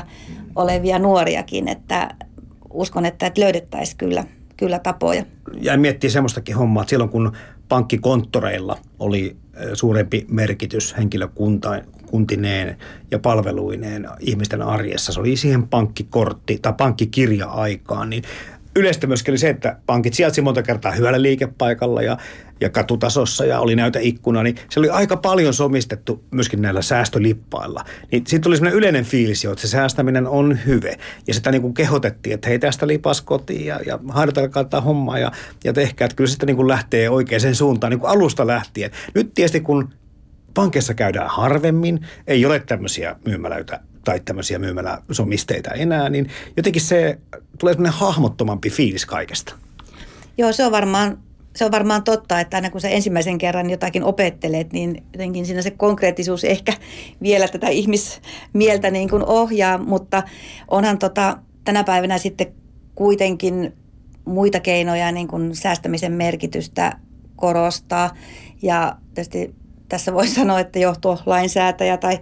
olevia nuoriakin, että uskon, että löydettäisiin kyllä tapoja. Ja miettii semmoistakin hommaa, että silloin kun pankkikonttoreilla oli suurempi merkitys henkilökuntineen ja palveluineen ihmisten arjessa, se oli siihen pankkikortti tai pankkikirja-aikaan, niin yleistä myöskin oli se, että pankit sijaitsi monta kertaa hyvällä liikepaikalla ja katutasossa ja oli näyteikkuna, niin se oli aika paljon somistettu myöskin näillä säästölippailla. Niin siitä tuli semmoinen yleinen fiilis jo, että se säästäminen on hyve. Ja sitä niin kuin kehotettiin, että hei tästä lipas kotiin ja harjoitelkaa tätä hommaa ja tehkää, että kyllä sitä niin kuin lähtee oikeaan suuntaan niin kuin alusta lähtien. Nyt tietysti kun pankissa käydään harvemmin, ei ole tämmöisiä myymälöitä tai tämmöisiä myymäläsomisteita enää, niin jotenkin se tulee semmoinen hahmottomampi fiilis kaikesta. Joo, se on varmaan totta, että aina kun sä ensimmäisen kerran jotakin opettelet, niin jotenkin siinä se konkreettisuus ehkä vielä tätä ihmismieltä niin kuin ohjaa, mutta onhan tänä päivänä sitten kuitenkin muita keinoja niin kuin säästämisen merkitystä korostaa ja tietysti tässä voi sanoa, että johto lainsäätäjä tai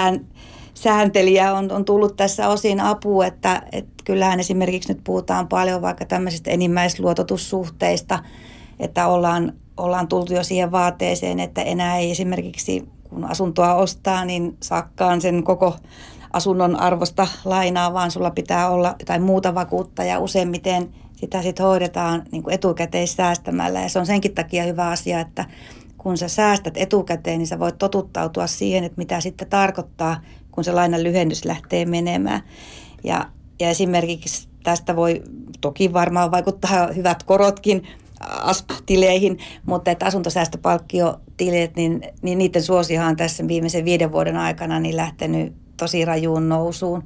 sääntelijä on tullut tässä osin apuun, että kyllähän esimerkiksi nyt puhutaan paljon vaikka tämmöisistä enimmäisluototussuhteista, että ollaan tultu jo siihen vaateeseen, että enää ei esimerkiksi kun asuntoa ostaa, niin saakkaan sen koko asunnon arvosta lainaa, vaan sulla pitää olla jotain muuta vakuutta ja useimmiten sitä sitten hoidetaan niin kuin etukäteissäästämällä ja se on senkin takia hyvä asia, että kun sä säästät etukäteen, niin sä voit totuttautua siihen, että mitä sitten tarkoittaa, kun se lainan lyhennys lähtee menemään. Ja esimerkiksi tästä voi toki varmaan vaikuttaa hyvät korotkin ASP-tileihin, mutta että asuntosäästöpalkkiotileet, niin niiden suosiohan tässä viimeisen 5 vuoden aikana niin lähtenyt tosi rajuun nousuun.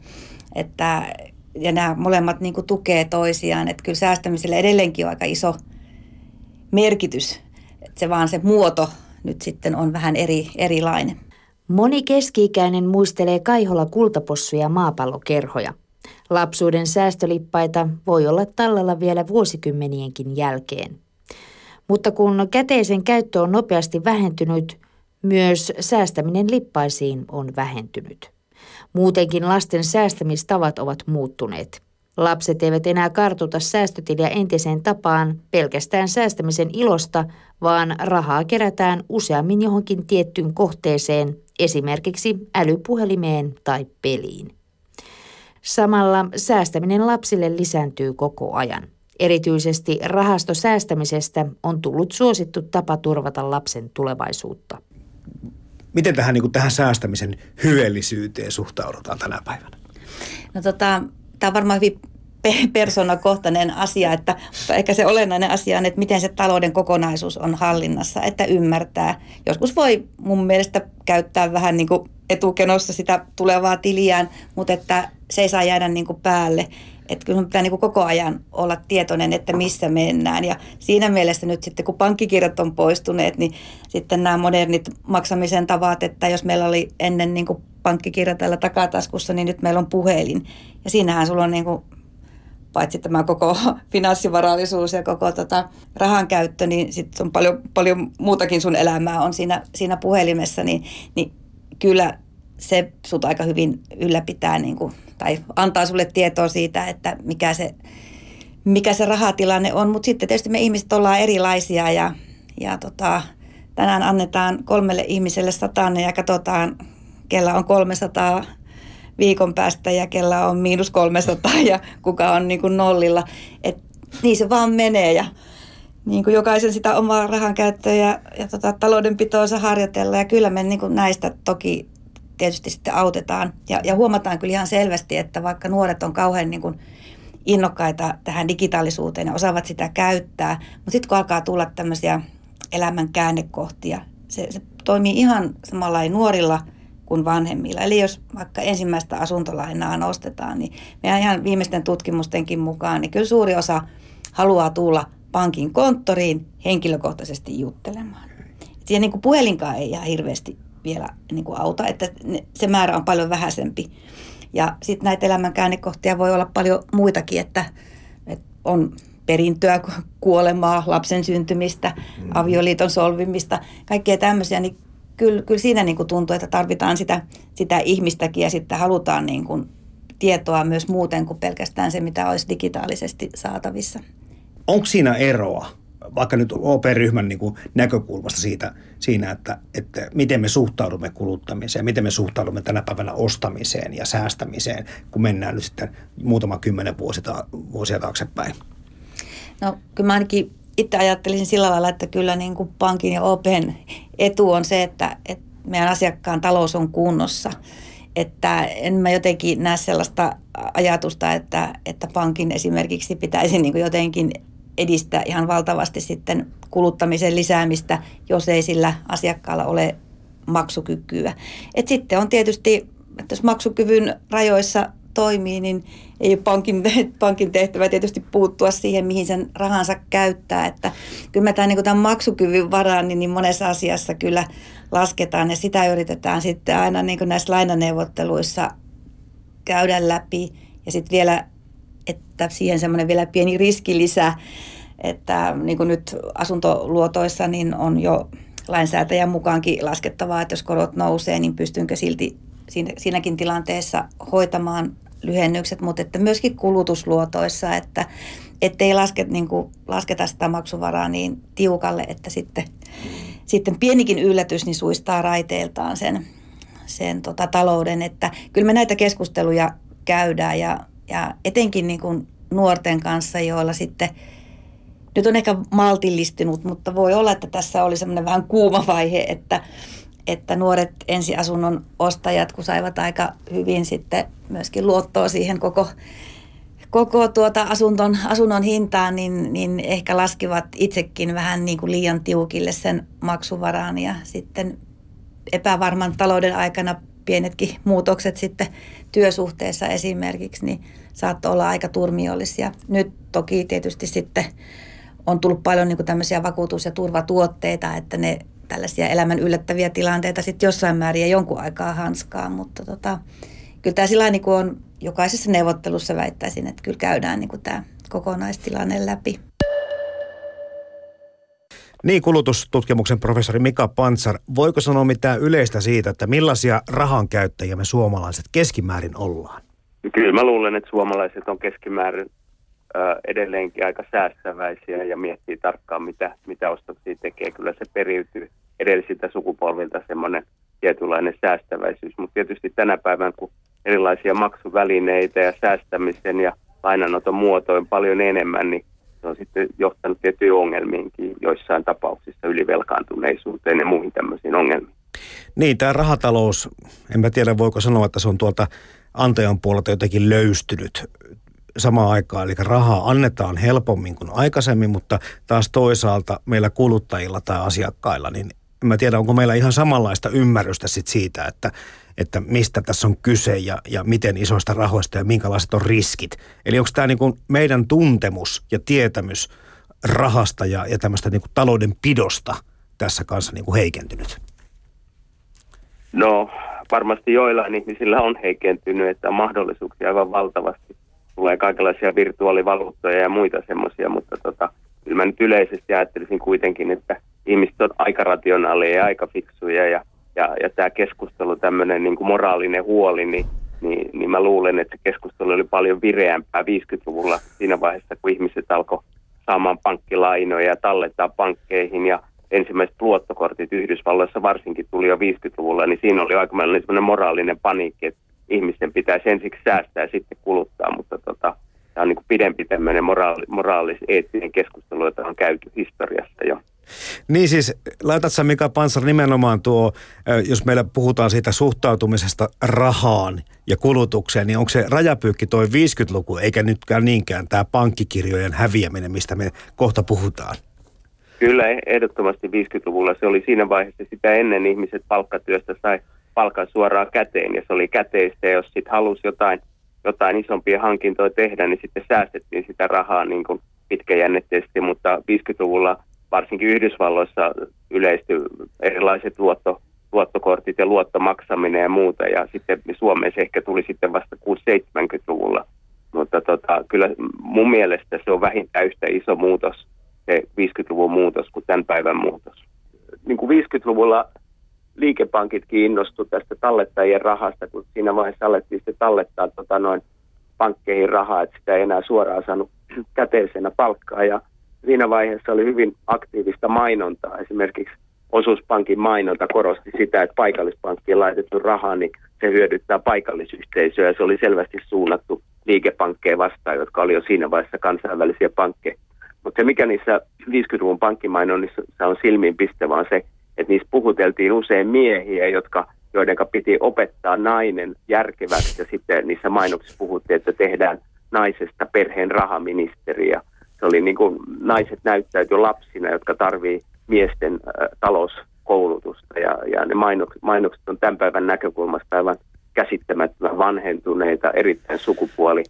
Ja nämä molemmat niin kuin tukee toisiaan, että kyllä säästämisellä edelleenkin on aika iso merkitys. Se vaan se muoto nyt sitten on vähän erilainen. Moni keski-ikäinen muistelee Kaiholla kultapossuja ja maapallokerhoja. Lapsuuden säästölippaita voi olla tallella vielä vuosikymmenienkin jälkeen. Mutta kun käteisen käyttö on nopeasti vähentynyt, myös säästäminen lippaisiin on vähentynyt. Muutenkin lasten säästämistavat ovat muuttuneet. Lapset eivät enää kartuta säästötiliä entiseen tapaan pelkästään säästämisen ilosta, vaan rahaa kerätään useammin johonkin tiettyyn kohteeseen, esimerkiksi älypuhelimeen tai peliin. Samalla säästäminen lapsille lisääntyy koko ajan. Erityisesti rahastosäästämisestä on tullut suosittu tapa turvata lapsen tulevaisuutta. Miten tähän säästämisen hyödyllisyyteen suhtaudutaan tänä päivänä? No tämä on varmaan hyvin persoonakohtainen asia, mutta ehkä se olennainen asia on, että miten se talouden kokonaisuus on hallinnassa, että ymmärtää. Joskus voi mun mielestä käyttää vähän niin kuin etukenossa sitä tulevaa tiliään, mutta että se ei saa jäädä niin kuin päälle. Että kyllä pitää niin kuin koko ajan olla tietoinen, että missä mennään. Ja siinä mielessä nyt sitten, kun pankkikirjat on poistuneet, niin sitten nämä modernit maksamisen tavat, että jos meillä oli ennen niin kuin pankkikirja täällä takataskussa, niin nyt meillä on puhelin. Ja siinähän sulla on niin kuin, paitsi tämä koko finanssivarallisuus ja koko rahan käyttö, niin sitten on paljon muutakin sun elämää on siinä puhelimessa, niin kyllä se sut aika hyvin ylläpitää niin kuin, tai antaa sulle tietoa siitä, että mikä se rahatilanne on. Mutta sitten tietysti me ihmiset ollaan erilaisia ja tänään annetaan 3 ihmiselle 100 ja katsotaan, kellä on 300 viikon päästä ja kellä on -300 ja kuka on niin kuin nollilla. Et niin se vaan menee ja niin kuin jokaisen sitä omaa rahan käyttöä ja taloudenpitoonsa harjoitella. Ja kyllä me niin kuin näistä toki tietysti sitten autetaan. Ja huomataan kyllä ihan selvästi, että vaikka nuoret on kauhean niin kuin innokkaita tähän digitaalisuuteen ja osaavat sitä käyttää, mutta sitten kun alkaa tulla tämmöisiä elämän käännekohtia, se toimii ihan samalla nuorilla kuin vanhemmilla. Eli jos vaikka ensimmäistä asuntolainaa nostetaan, niin meidän ihan viimeisten tutkimustenkin mukaan, niin kyllä suuri osa haluaa tulla pankin konttoriin henkilökohtaisesti juttelemaan. Siihen niin kuin puhelinkaan ei ihan hirveästi vielä niin kuin auta, että se määrä on paljon vähäisempi. Ja sitten näitä elämänkäännekohtia voi olla paljon muitakin, että on perintöä, kuolemaa, lapsen syntymistä, avioliiton solvimista, kaikkea tämmöisiä, niin kyllä siinä niin kuin tuntuu, että tarvitaan sitä ihmistäkin ja sitten halutaan niin kuin tietoa myös muuten kuin pelkästään se, mitä olisi digitaalisesti saatavissa. Onko siinä eroa, vaikka nyt OP-ryhmän niin kuin näkökulmasta siinä, että miten me suhtaudumme kuluttamiseen, miten me suhtaudumme tänä päivänä ostamiseen ja säästämiseen, kun mennään nyt sitten muutama 10 vuosia taaksepäin? No kyllä mä ainakin itse ajattelisin sillä lailla, että kyllä niin kuin pankin ja OP:n etu on se, että meidän asiakkaan talous on kunnossa. Että en mä jotenkin näe sellaista ajatusta, että pankin esimerkiksi pitäisi niin kuin jotenkin edistää ihan valtavasti sitten kuluttamisen lisäämistä, jos ei sillä asiakkaalla ole maksukykyä. Et sitten on tietysti, että jos maksukyvyn rajoissa toimii, niin ei ole pankin tehtävä tietysti puuttua siihen, mihin sen rahansa käyttää. Että kyllä me tämän maksukyvyn varaan niin monessa asiassa kyllä lasketaan ja sitä yritetään sitten aina niin kuin näissä lainaneuvotteluissa käydä läpi. Ja sitten vielä, että siihen semmoinen vielä pieni riskilisä, että niin kuin nyt asuntoluotoissa niin on jo lainsäätäjän mukaankin laskettavaa, että jos korot nousee, niin pystynkö silti siinäkin tilanteessa hoitamaan lyhennykset, mutta että myöskin kulutusluotoissa, että ettei lasketa sitä maksuvaraa niin tiukalle, että sitten pienikin yllätys niin suistaa raiteiltaan sen talouden, että kyllä me näitä keskusteluja käydään ja etenkin niin kuin nuorten kanssa, joilla sitten nyt on ehkä maltillistunut, mutta voi olla, että tässä oli semmoinen vähän kuuma vaihe, että nuoret ensiasunnon ostajat, kun saivat aika hyvin sitten myöskin luottoa siihen koko asunnon hintaan, niin ehkä laskivat itsekin vähän niin kuin liian tiukille sen maksuvaraan ja sitten epävarman talouden aikana pienetkin muutokset sitten työsuhteessa esimerkiksi, niin saattoi olla aika turmiollisia. Nyt toki tietysti sitten on tullut paljon niin kuin tämmöisiä vakuutus- ja turvatuotteita, että ne tällaisia elämän yllättäviä tilanteita sitten jossain määrin ja jonkun aikaa hanskaa, mutta kyllä tämä sillä niin kuin on jokaisessa neuvottelussa väittäisin, että kyllä käydään niin kuin tämä kokonaistilanne läpi. Niin, kulutustutkimuksen professori Mika Pantsar, voiko sanoa mitään yleistä siitä, että millaisia rahankäyttäjiä me suomalaiset keskimäärin ollaan? Kyllä mä luulen, että suomalaiset on keskimäärin edelleenkin aika säästäväisiä ja miettii tarkkaan, mitä ostoksia tekee. Kyllä se periytyy edellisiltä sukupolvilta semmoinen tietynlainen säästäväisyys. Mutta tietysti tänä päivänä, kun erilaisia maksuvälineitä ja säästämisen ja lainanoton muotoja on paljon enemmän, niin se on sitten johtanut tiettyihin ongelmiinkin joissain tapauksissa ylivelkaantuneisuuteen ja muihin tämmöisiin ongelmiin. Niin, tämä rahatalous, en mä tiedä voiko sanoa, että se on tuolta antajan puolelta jotenkin löystynyt samaan aikaan. Eli rahaa annetaan helpommin kuin aikaisemmin, mutta taas toisaalta meillä kuluttajilla tai asiakkailla, niin en mä tiedä, onko meillä ihan samanlaista ymmärrystä sit siitä, että mistä tässä on kyse ja miten isoista rahoista ja minkälaiset on riskit. Eli onko tämä niin kuin meidän tuntemus ja tietämys rahasta ja tämmöistä niin kuin taloudenpidosta tässä kanssa niin kuin heikentynyt? No varmasti joillain ihmisillä on heikentynyt, että on mahdollisuuksia aivan valtavasti. Tulee kaikenlaisia virtuaalivaluuttoja ja muita semmoisia, mutta kyllä mä nyt yleisesti ajattelisin kuitenkin, että ihmiset on aika rationaaleja ja aika fiksuja ja tämä keskustelu, tämmöinen niin kuin moraalinen huoli, niin mä luulen, että keskustelu oli paljon vireämpää 50-luvulla siinä vaiheessa, kun ihmiset alkoi saamaan pankkilainoja ja tallettaa pankkeihin ja ensimmäiset luottokortit Yhdysvalloissa varsinkin tuli jo 50-luvulla, niin siinä oli aika semmoinen moraalinen paniikki, että ihmisten pitäisi ensiksi säästää ja sitten kuluttaa, mutta tämä on niin kuin pidempi tämmöinen moraalis-eettinen keskustelu, jota on käyty historiassa jo. Niin siis, laitat sä Mika Pantsar nimenomaan jos meillä puhutaan siitä suhtautumisesta rahaan ja kulutukseen, niin onko se rajapyykki toi 50-luku, eikä nytkään niinkään tämä pankkikirjojen häviäminen, mistä me kohta puhutaan? Kyllä, ehdottomasti 50-luvulla se oli siinä vaiheessa, sitä ennen ihmiset palkkatyöstä sai palkan suoraan käteen ja se oli käteistä ja jos sitten halusi jotain isompia hankintoja tehdä, niin sitten säästettiin sitä rahaa niin kuin pitkäjännitteisesti, mutta 50-luvulla varsinkin Yhdysvalloissa yleistyi erilaiset luottokortit ja luottomaksaminen ja muuta ja sitten Suomessa ehkä tuli sitten vasta 60-70-luvulla, mutta kyllä mun mielestä se on vähintään yhtä iso muutos, se 50-luvun muutos kuin tämän päivän muutos. Niin kuin 50-luvulla liikepankitkin innostuivat tästä tallettajien rahasta, kun siinä vaiheessa alettiin sitten tallettaa pankkeihin rahaa, että sitä ei enää suoraan saanut käteisenä palkkaa. Ja siinä vaiheessa oli hyvin aktiivista mainontaa. Esimerkiksi osuuspankin mainonta korosti sitä, että paikallispankkiin laitettu rahaa, niin se hyödyttää paikallisyhteisöä. Ja se oli selvästi suunnattu liikepankkeja vastaan, jotka oli jo siinä vaiheessa kansainvälisiä pankkeja. Mutta se, mikä niissä 50-luvun pankkimainonnissa on silmiinpistävä, on se, että niissä puhuteltiin usein miehiä, joiden piti opettaa nainen järkeväksi. Ja sitten niissä mainoksissa puhuttiin, että tehdään naisesta perheen rahaministeri. Ja se oli niin kuin naiset näyttäytyi lapsina, jotka tarvii miesten talouskoulutusta. Ja ne mainokset on tämän päivän näkökulmasta aivan käsittämättömän vanhentuneita, erittäin sukupuoli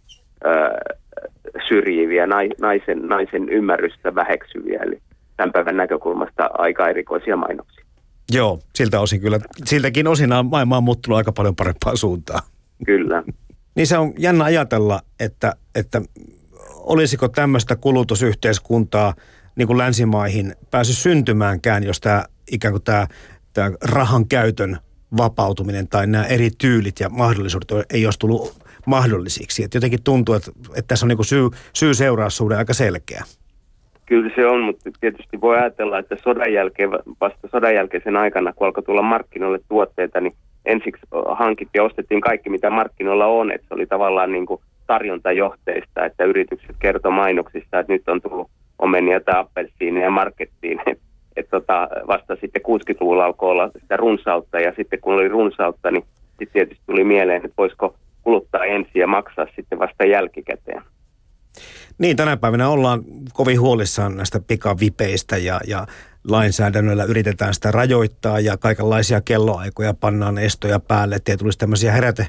syrjiviä, naisen ymmärrystä väheksyviä. Eli tämän päivän näkökulmasta aika erikoisia mainoksia. Joo, siltäkin osin maailma on muuttunut aika paljon parempaan suuntaan. Kyllä. Niin se on jännä ajatella, että olisiko tämmöistä kulutusyhteiskuntaa niin kuin länsimaihin päässyt syntymäänkään, jos tämä ikään kuin tämä rahan käytön vapautuminen tai nämä eri tyylit ja mahdollisuudet ei olisi tullut mahdollisiksi. Et jotenkin tuntuu, että tässä on niin kuin syy-seuraussuhde aika selkeä. Kyllä se on, mutta tietysti voi ajatella, että vasta sodan jälkeisen aikana, kun alkoi tulla markkinoille tuotteita, niin ensiksi hankittiin ja ostettiin kaikki, mitä markkinoilla on. Että se oli tavallaan niin kuin tarjontajohteista, että yritykset kertoi mainoksista, että nyt on tullut omenia tai appelsiineja markettiin. Vasta sitten 60-luvulla alkoi olla sitä runsautta ja sitten kun oli runsautta, niin sitten tietysti tuli mieleen, että voisiko kuluttaa ensin ja maksaa sitten vasta jälkikäteen. Niin, tänä päivänä ollaan kovin huolissaan näistä pikavipeistä ja lainsäädännöllä yritetään sitä rajoittaa ja kaikenlaisia kelloaikoja pannaan estoja päälle, ettei tulisi tämmöisiä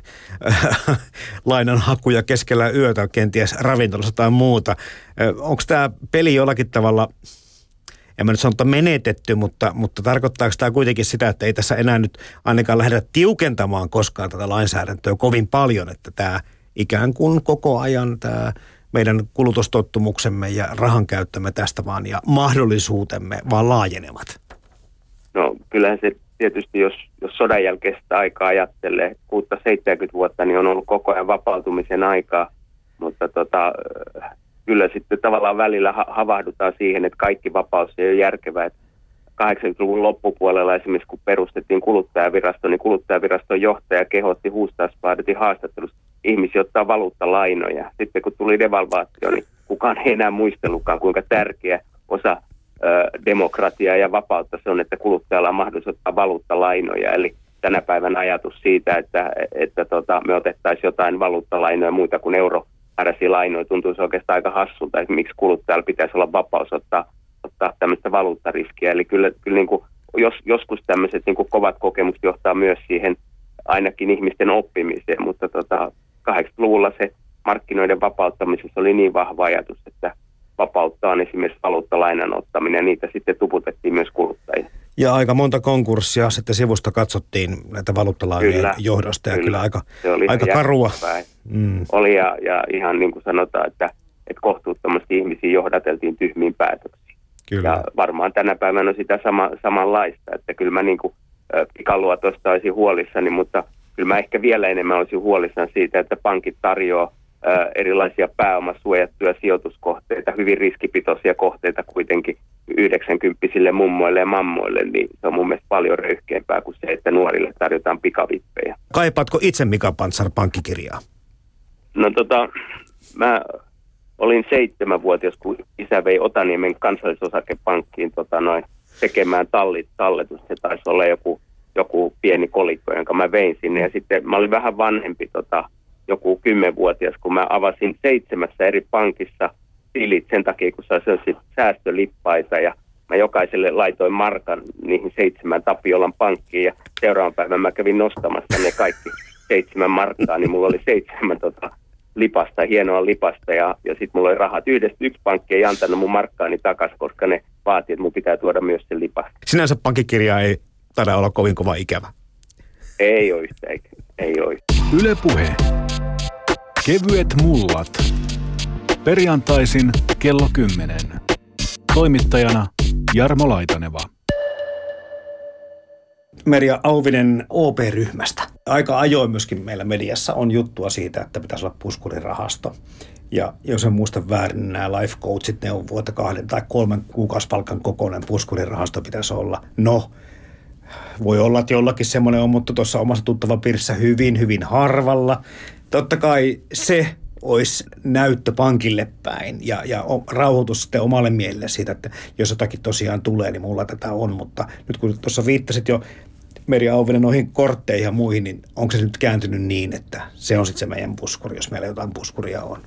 lainanhakuja keskellä yötä kenties ravintolassa tai muuta. Onko tämä peli jollakin tavalla, en mä nyt sano, että menetetty, mutta tarkoittaako tämä kuitenkin sitä, että ei tässä enää nyt ainakaan lähdetä tiukentamaan koskaan tätä lainsäädäntöä kovin paljon, että tämä ikään kuin koko ajan tämä meidän kulutustottumuksemme ja rahan käyttämme tästä vaan ja mahdollisuutemme vaan laajenevat? No kyllähän se tietysti, jos sodan jälkeistä aikaa ajattelee, 60-70 vuotta, niin on ollut koko ajan vapautumisen aikaa, mutta kyllä sitten tavallaan välillä havahdutaan siihen, että kaikki vapaus ei ole järkevää. 80-luvun loppupuolella esimerkiksi, kun perustettiin kuluttajavirasto, niin kuluttajaviraston johtaja kehotti Hufvudstadsbladetin haastattelussa ihmisiä ottaa valuuttalainoja. Sitten kun tuli devalvaatio, niin kukaan ei enää muistellutkaan, kuinka tärkeä osa demokratiaa ja vapautta se on, että kuluttajalla on mahdollisuus ottaa valuuttalainoja. Eli tänä päivän ajatus siitä, että me otettaisiin jotain valuuttalainoja muita kuin euromääräisiä lainoja, tuntuisi oikeastaan aika hassulta, että miksi kuluttajalla pitäisi olla vapaus ottaa tämmöistä valuuttariskiä. Eli kyllä niin kuin, joskus tämmöiset niin kuin kovat kokemukset johtaa myös siihen ainakin ihmisten oppimiseen, mutta 80-luvulla se markkinoiden vapauttamisessa oli niin vahva ajatus, että vapauttaa on esimerkiksi valuuttalainan ottaminen, ja niitä sitten tuputettiin myös kuluttajia. Ja aika monta konkurssia sitten sivusta katsottiin näitä valuuttalainojen johdosta, ja kyllä aika karua. Oli ja ihan niin kuin sanotaan, että kohtuuttomasti ihmisiä johdateltiin tyhmiin päätöksiin. Kyllä. Ja varmaan tänä päivänä on sitä samanlaista, että kyllä mä niin kuin pikaluotosta olisin huolissani, mutta kyllä mä ehkä vielä enemmän olisin huolissani siitä, että pankit tarjoaa erilaisia pääomasuojattuja sijoituskohteita, hyvin riskipitoisia kohteita kuitenkin 90-vuotiaille mummoille ja mammoille, niin se on mun mielestä paljon röyhkeämpää kuin se, että nuorille tarjotaan pikavippejä. Kaipaatko itse Mika Pantsar pankkikirjaa? No mä olin 7-vuotias, kun isä vei Otaniemen kansallisosakepankkiin tekemään talletus. Se taisi olla joku pieni kolikko, jonka mä vein sinne. Ja sitten mä olin vähän vanhempi, joku 10-vuotias, kun mä avasin 7 eri pankissa tilit sen takia, kun saa sellaisia säästölippaita. Ja mä jokaiselle laitoin markan niihin 7 Tapiolan pankkiin. Ja seuraavan päivän mä kävin nostamassa ne kaikki 7 markkaa, niin mulla oli 7 lipasta, hienoa lipasta, ja sitten mulla oli rahat. Yksi pankki ei antanut mun markkaani takaisin, koska ne vaati, että mun pitää tuoda myös sen lipas. Sinänsä pankkikirja ei taida olla kovin kova ikävä. Ei ole yhtä, ei ole. Yle Puhe. Kevyet mullat. Perjantaisin kello 10. Toimittajana Jarmo Laitaneva. Merja Auvinen OP-ryhmästä. Aika ajoin myöskin meillä mediassa on juttua siitä, että pitäisi olla puskurirahasto. Ja jos en muista väärin, niin nämä life coachit neuvoo, että 2 tai 3 kuukausipalkan kokoinen puskurirahasto pitäisi olla. No, voi olla, että jollakin semmoinen on, mutta tuossa omassa tuttavapiirissä hyvin harvalla. Totta kai se olisi näyttö pankille päin ja rauhoitus sitten omalle mielelle siitä, että jos jotakin tosiaan tulee, niin mulla tätä on. Mutta nyt kun tuossa viittasit jo Merja Auvinen noihin kortteihin ja muihin, niin onko se nyt kääntynyt niin, että se on sitten se meidän puskuri, jos meillä jotain puskuria on?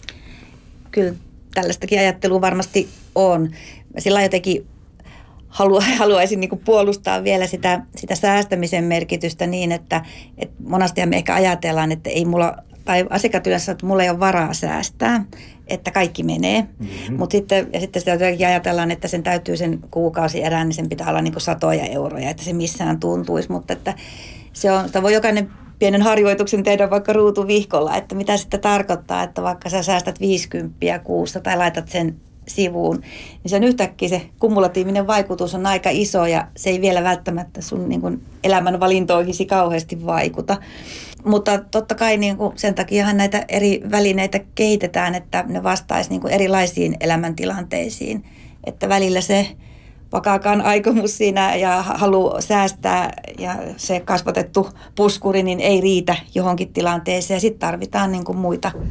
Kyllä tällaistakin ajattelua varmasti on. Sillä jotenkin haluaisin niin kuin puolustaa vielä sitä säästämisen merkitystä niin, että monesti me ehkä ajatellaan, että ei mulla, tai asiakkaat yleensä, että mulla ei ole varaa säästää, että kaikki menee. Mutta sitten sitä jotenkin ajatellaan, että sen täytyy sen kuukausierän, niin sen pitää olla niin kuin satoja euroja, että se missään tuntuisi. Mutta että sitä voi jokainen pienen harjoituksen tehdä vaikka ruutuvihkolla, että mitä sitten tarkoittaa, että vaikka sä säästät 50 kuussa tai laitat sen sivuun, niin sen yhtäkkiä se kumulatiivinen vaikutus on aika iso ja se ei vielä välttämättä sun niin kuin elämän valintoihisi kauheasti vaikuta. Mutta totta kai niin kuin sen takiahan näitä eri välineitä kehitetään, että ne vastaisi niin kuin erilaisiin elämäntilanteisiin. Että välillä se vakaakaan aikomus siinä ja halu säästää ja se kasvatettu puskuri niin ei riitä johonkin tilanteeseen. Sitten tarvitaan niin kuin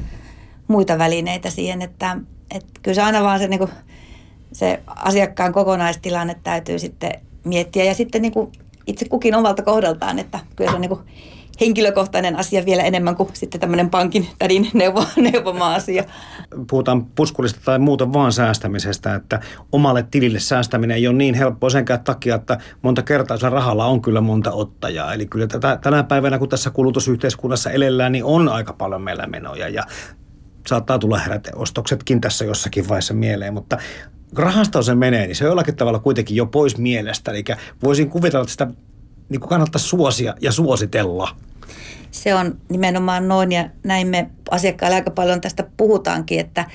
muita välineitä siihen, että kyllä se aina vaan se, niin kuin, se asiakkaan kokonaistilanne täytyy sitten miettiä ja sitten niin kuin itse kukin omalta kohdaltaan, että kyllä se on niin kuin henkilökohtainen asia vielä enemmän kuin sitten tämmöinen pankin tädin neuvoma asia. Puhutaan puskurista tai muuten vaan säästämisestä, että omalle tilille säästäminen ei ole niin helppoa senkään takia, että monta kertaa sen rahalla on kyllä monta ottajaa. Eli kyllä tänä päivänä, kun tässä kulutusyhteiskunnassa elellään, niin on aika paljon meillä menoja ja saattaa tulla heräteostoksetkin tässä jossakin vaiheessa mieleen, mutta rahastoon se menee, niin se on jollakin tavalla kuitenkin jo pois mielestä. Eli voisin kuvitella, että sitä niin kuin kannattaisi suosia ja suositella. Se on nimenomaan noin ja näin me asiakkaille aika paljon tästä puhutaankin, että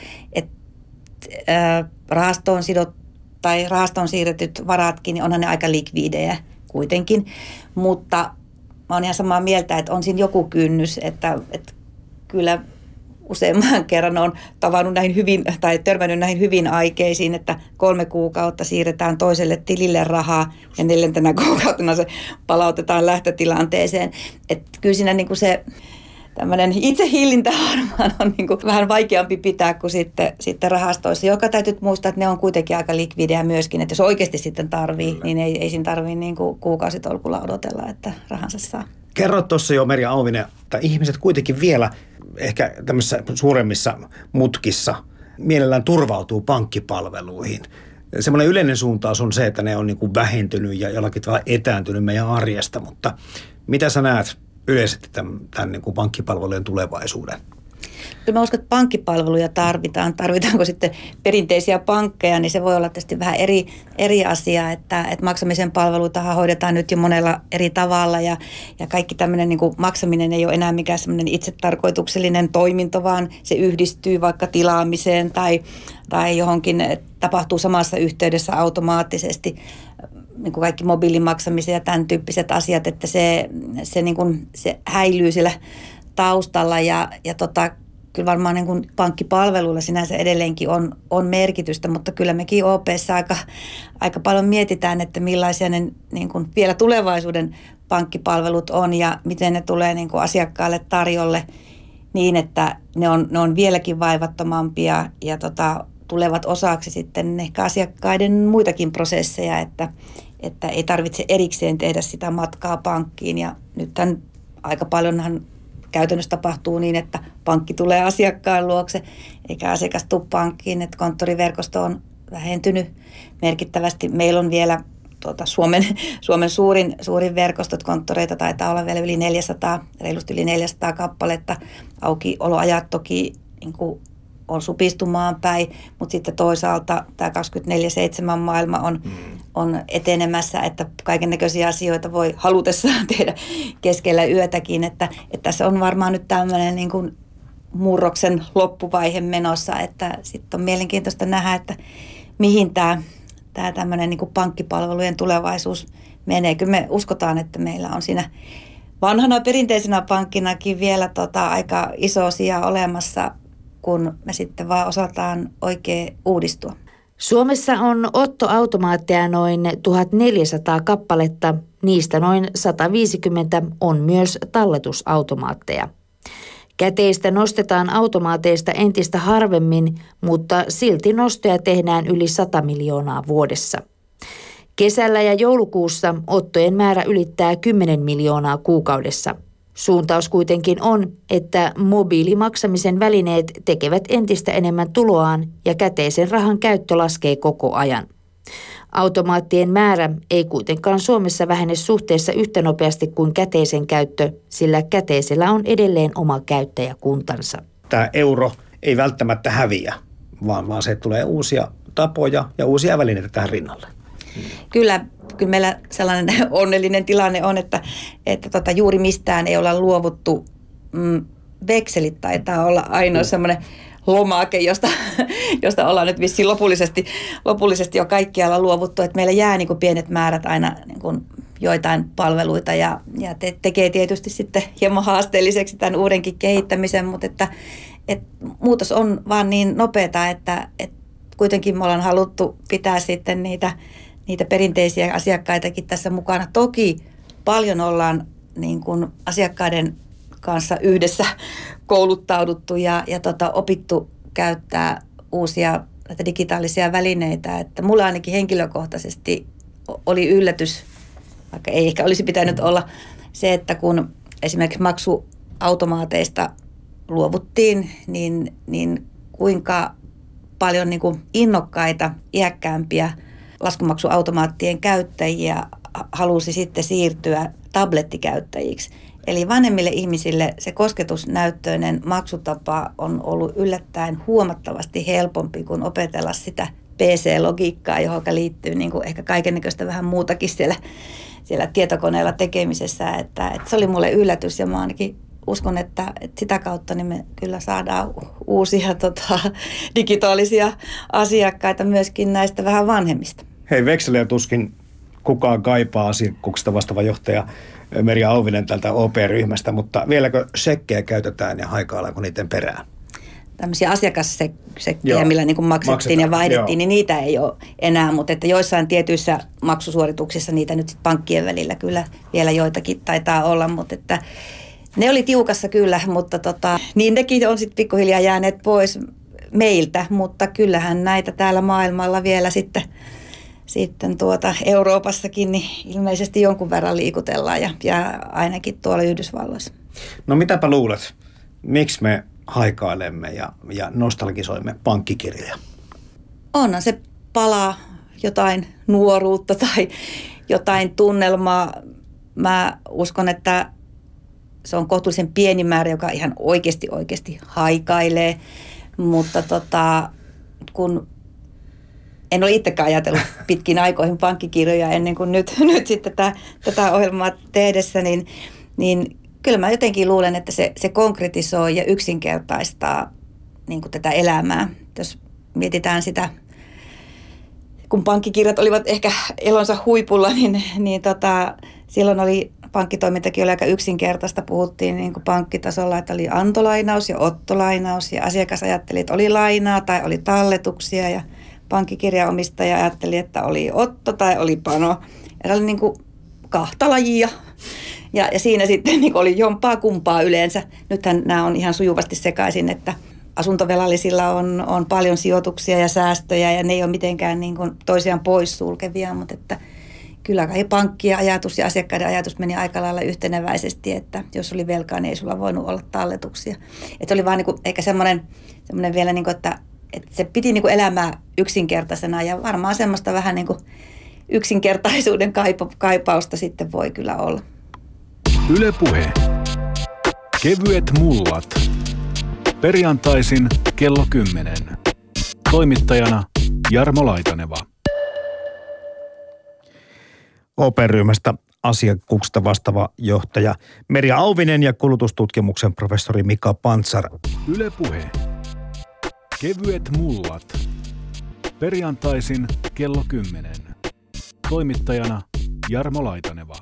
rahastoon siirretyt varatkin, niin onhan ne aika likviidejä kuitenkin, mutta mä oon ihan samaa mieltä, että on siinä joku kynnys, että kyllä useamman kerran on tavannut näihin hyvin, tai törmännyt näihin hyvin aikeisiin, että 3 kuukautta siirretään toiselle tilille rahaa ja 4. kuukautena se palautetaan lähtötilanteeseen. Että kyllä siinä niin kuin se tämmöinen itsehillintä varmaan on niin kuin vähän vaikeampi pitää kuin sitten rahastoissa, joka täytyy muistaa, että ne on kuitenkin aika likvidejä myöskin, että jos oikeasti sitten tarvii, niin ei siinä tarvitse niin kuin kuukausitolkulla odotella, että rahansa saa. Kerro tuossa jo, Merja Auvinen, että ihmiset kuitenkin vielä ehkä tämmöisissä suuremmissa mutkissa mielellään turvautuu pankkipalveluihin. Semmoinen yleinen suuntaus on se, että ne on niin kuin vähentynyt ja jollakin tavalla etääntynyt meidän arjesta, mutta mitä sä näet yleisesti tämän niin kuin pankkipalvelujen tulevaisuuden? Kyllä mä uskon, että pankkipalveluja tarvitaan. Tarvitaanko sitten perinteisiä pankkeja, niin se voi olla tietysti vähän eri asia, että maksamisen palveluitahan hoidetaan nyt jo monella eri tavalla ja kaikki tämmöinen niin kuin maksaminen ei ole enää mikään semmoinen itsetarkoituksellinen toiminto, vaan se yhdistyy vaikka tilaamiseen tai johonkin, tapahtuu samassa yhteydessä automaattisesti, niin kuin kaikki mobiilimaksamisen ja tämän tyyppiset asiat, että se, niin kuin, se häilyy siellä taustalla ja kyllä varmaan niin kuin pankkipalveluilla sinänsä edelleenkin on merkitystä, mutta kyllä mekin OP:ssa aika paljon mietitään, että millaisia ne niin kuin vielä tulevaisuuden pankkipalvelut on ja miten ne tulee niin kuin asiakkaalle tarjolle niin, että ne on vieläkin vaivattomampia ja tulevat osaksi sitten ehkä asiakkaiden muitakin prosesseja, että ei tarvitse erikseen tehdä sitä matkaa pankkiin ja nythän aika paljonhan käytännössä tapahtuu niin, että pankki tulee asiakkaan luokse eikä asiakas tule pankkiin, että konttoriverkosto on vähentynyt merkittävästi. Meillä on vielä Suomen suurin verkostot, konttoreita taitaa olla vielä reilusti yli 400 kappaletta. Aukioloajat toki niin kuin on supistumaan päin, mutta sitten toisaalta tämä 24/7 maailma on etenemässä, että kaikennäköisiä asioita voi halutessaan tehdä keskellä yötäkin, että tässä on varmaan nyt tämmöinen niin kuin murroksen loppuvaihe menossa, että sitten on mielenkiintoista nähdä, että mihin tämä tämmöinen niin kuin pankkipalvelujen tulevaisuus menee. Kyllä me uskotaan, että meillä on siinä vanhana perinteisenä pankkinakin vielä aika iso sija olemassa, kun me sitten vaan osataan oikein uudistua. Suomessa on ottoautomaatteja noin 1400 kappaletta, niistä noin 150 on myös talletusautomaatteja. Käteistä nostetaan automaateista entistä harvemmin, mutta silti nostoja tehdään yli 100 miljoonaa vuodessa. Kesällä ja joulukuussa ottojen määrä ylittää 10 miljoonaa kuukaudessa. Suuntaus kuitenkin on, että mobiilimaksamisen välineet tekevät entistä enemmän tuloaan ja käteisen rahan käyttö laskee koko ajan. Automaattien määrä ei kuitenkaan Suomessa vähene suhteessa yhtä nopeasti kuin käteisen käyttö, sillä käteisellä on edelleen oma käyttäjäkuntansa. Tämä euro ei välttämättä häviä, vaan se tulee uusia tapoja ja uusia välineitä tähän rinnalle. Kyllä meillä sellainen onnellinen tilanne on, että juuri mistään ei olla luovuttu. Vekselit taitaa olla ainoa semmoinen lomake, josta ollaan nyt vissiin lopullisesti jo kaikkialla luovuttu, että meillä jää niin kuin pienet määrät aina niin kuin joitain palveluita ja tekee tietysti sitten hieman haasteelliseksi tämän uudenkin kehittämisen, mutta että muutos on vaan niin nopeata, että kuitenkin me ollaan haluttu pitää sitten niitä perinteisiä asiakkaitakin tässä mukana. Toki paljon ollaan niin kuin asiakkaiden kanssa yhdessä kouluttauduttu ja opittu käyttää uusia digitaalisia välineitä. Että mulla ainakin henkilökohtaisesti oli yllätys, vaikka ei ehkä olisi pitänyt olla, se, että kun esimerkiksi maksuautomaateista luovuttiin, niin kuinka paljon niin kuin innokkaita, iäkkäämpiä laskumaksuautomaattien käyttäjiä halusi sitten siirtyä tablettikäyttäjiksi. Eli vanhemmille ihmisille se kosketusnäyttöinen maksutapa on ollut yllättäen huomattavasti helpompi kuin opetella sitä PC-logiikkaa, johon liittyy niin kuin ehkä kaikennäköistä vähän muutakin siellä tietokoneella tekemisessä. Että se oli mulle yllätys ja mä ainakin uskon, että sitä kautta niin me kyllä saadaan uusia digitaalisia asiakkaita myöskin näistä vähän vanhemmista. Hei, vekseliä tuskin kukaan kaipaa asiakkuuksista vastaava johtaja Merja Auvinen tältä OP-ryhmästä, mutta vieläkö sekkejä käytetään ja haikaillaanko niiden perään? Tämmöisiä asiakassekkejä, millä niin kuin maksettiin ja vaihdettiin, niin niitä ei ole enää, mutta että joissain tietyissä maksusuorituksissa niitä nyt pankkien välillä kyllä vielä joitakin taitaa olla, mutta että ne oli tiukassa kyllä, mutta niin nekin on sitten pikkuhiljaa jääneet pois meiltä, mutta kyllähän näitä täällä maailmalla vielä sitten Euroopassakin niin ilmeisesti jonkun verran liikutellaan ja ainakin tuolla Yhdysvalloissa. No mitäpä luulet, miksi me haikailemme ja nostalgisoimme pankkikirjoja? Onhan se palaa jotain nuoruutta tai jotain tunnelmaa. Mä uskon, että se on kohtuullisen pieni määrä, joka ihan oikeasti haikailee, mutta kun en ole itsekään ajatellut pitkin aikoihin pankkikirjoja ennen kuin nyt sitten tätä ohjelmaa tehdessä, niin kyllä mä jotenkin luulen, että se konkretisoi ja yksinkertaistaa niin kuin tätä elämää. Jos mietitään sitä, kun pankkikirjat olivat ehkä elonsa huipulla, niin silloin pankkitoimintakin oli aika yksinkertaista. Puhuttiin niin kuin pankkitasolla, että oli antolainaus ja ottolainaus ja asiakas ajatteli, että oli lainaa tai oli talletuksia ja pankkikirjaomistaja ajatteli, että oli otto tai oli pano. Ja se oli niin kuin 2 lajia. Ja siinä sitten niin oli jompaa kumpaa yleensä. Nythän nämä on ihan sujuvasti sekaisin, että asuntovelallisilla on paljon sijoituksia ja säästöjä ja ne ei ole mitenkään niin kuin toisiaan poissulkevia, mutta että kyllä kai pankkien ajatus ja asiakkaiden ajatus meni aika lailla yhteneväisesti, että jos oli velkaa, niin ei sulla voinut olla talletuksia. Että se oli vaan niin kuin, ehkä semmoinen vielä, niin kuin, että se piti niin kuin elämää yksinkertaisena ja varmaan semmoista vähän niin kuin yksinkertaisuuden kaipausta sitten voi kyllä olla. Yle Puhe. Kevyet mullat. Perjantaisin kello 10. Toimittajana Jarmo Laitaneva. OP-ryhmästä asiakkuuksista vastaava johtaja Merja Auvinen ja kulutustutkimuksen professori Mika Pantsar. Yle Puhe. Kevyet mullat. Perjantaisin kello 10. Toimittajana Jarmo Laitaneva.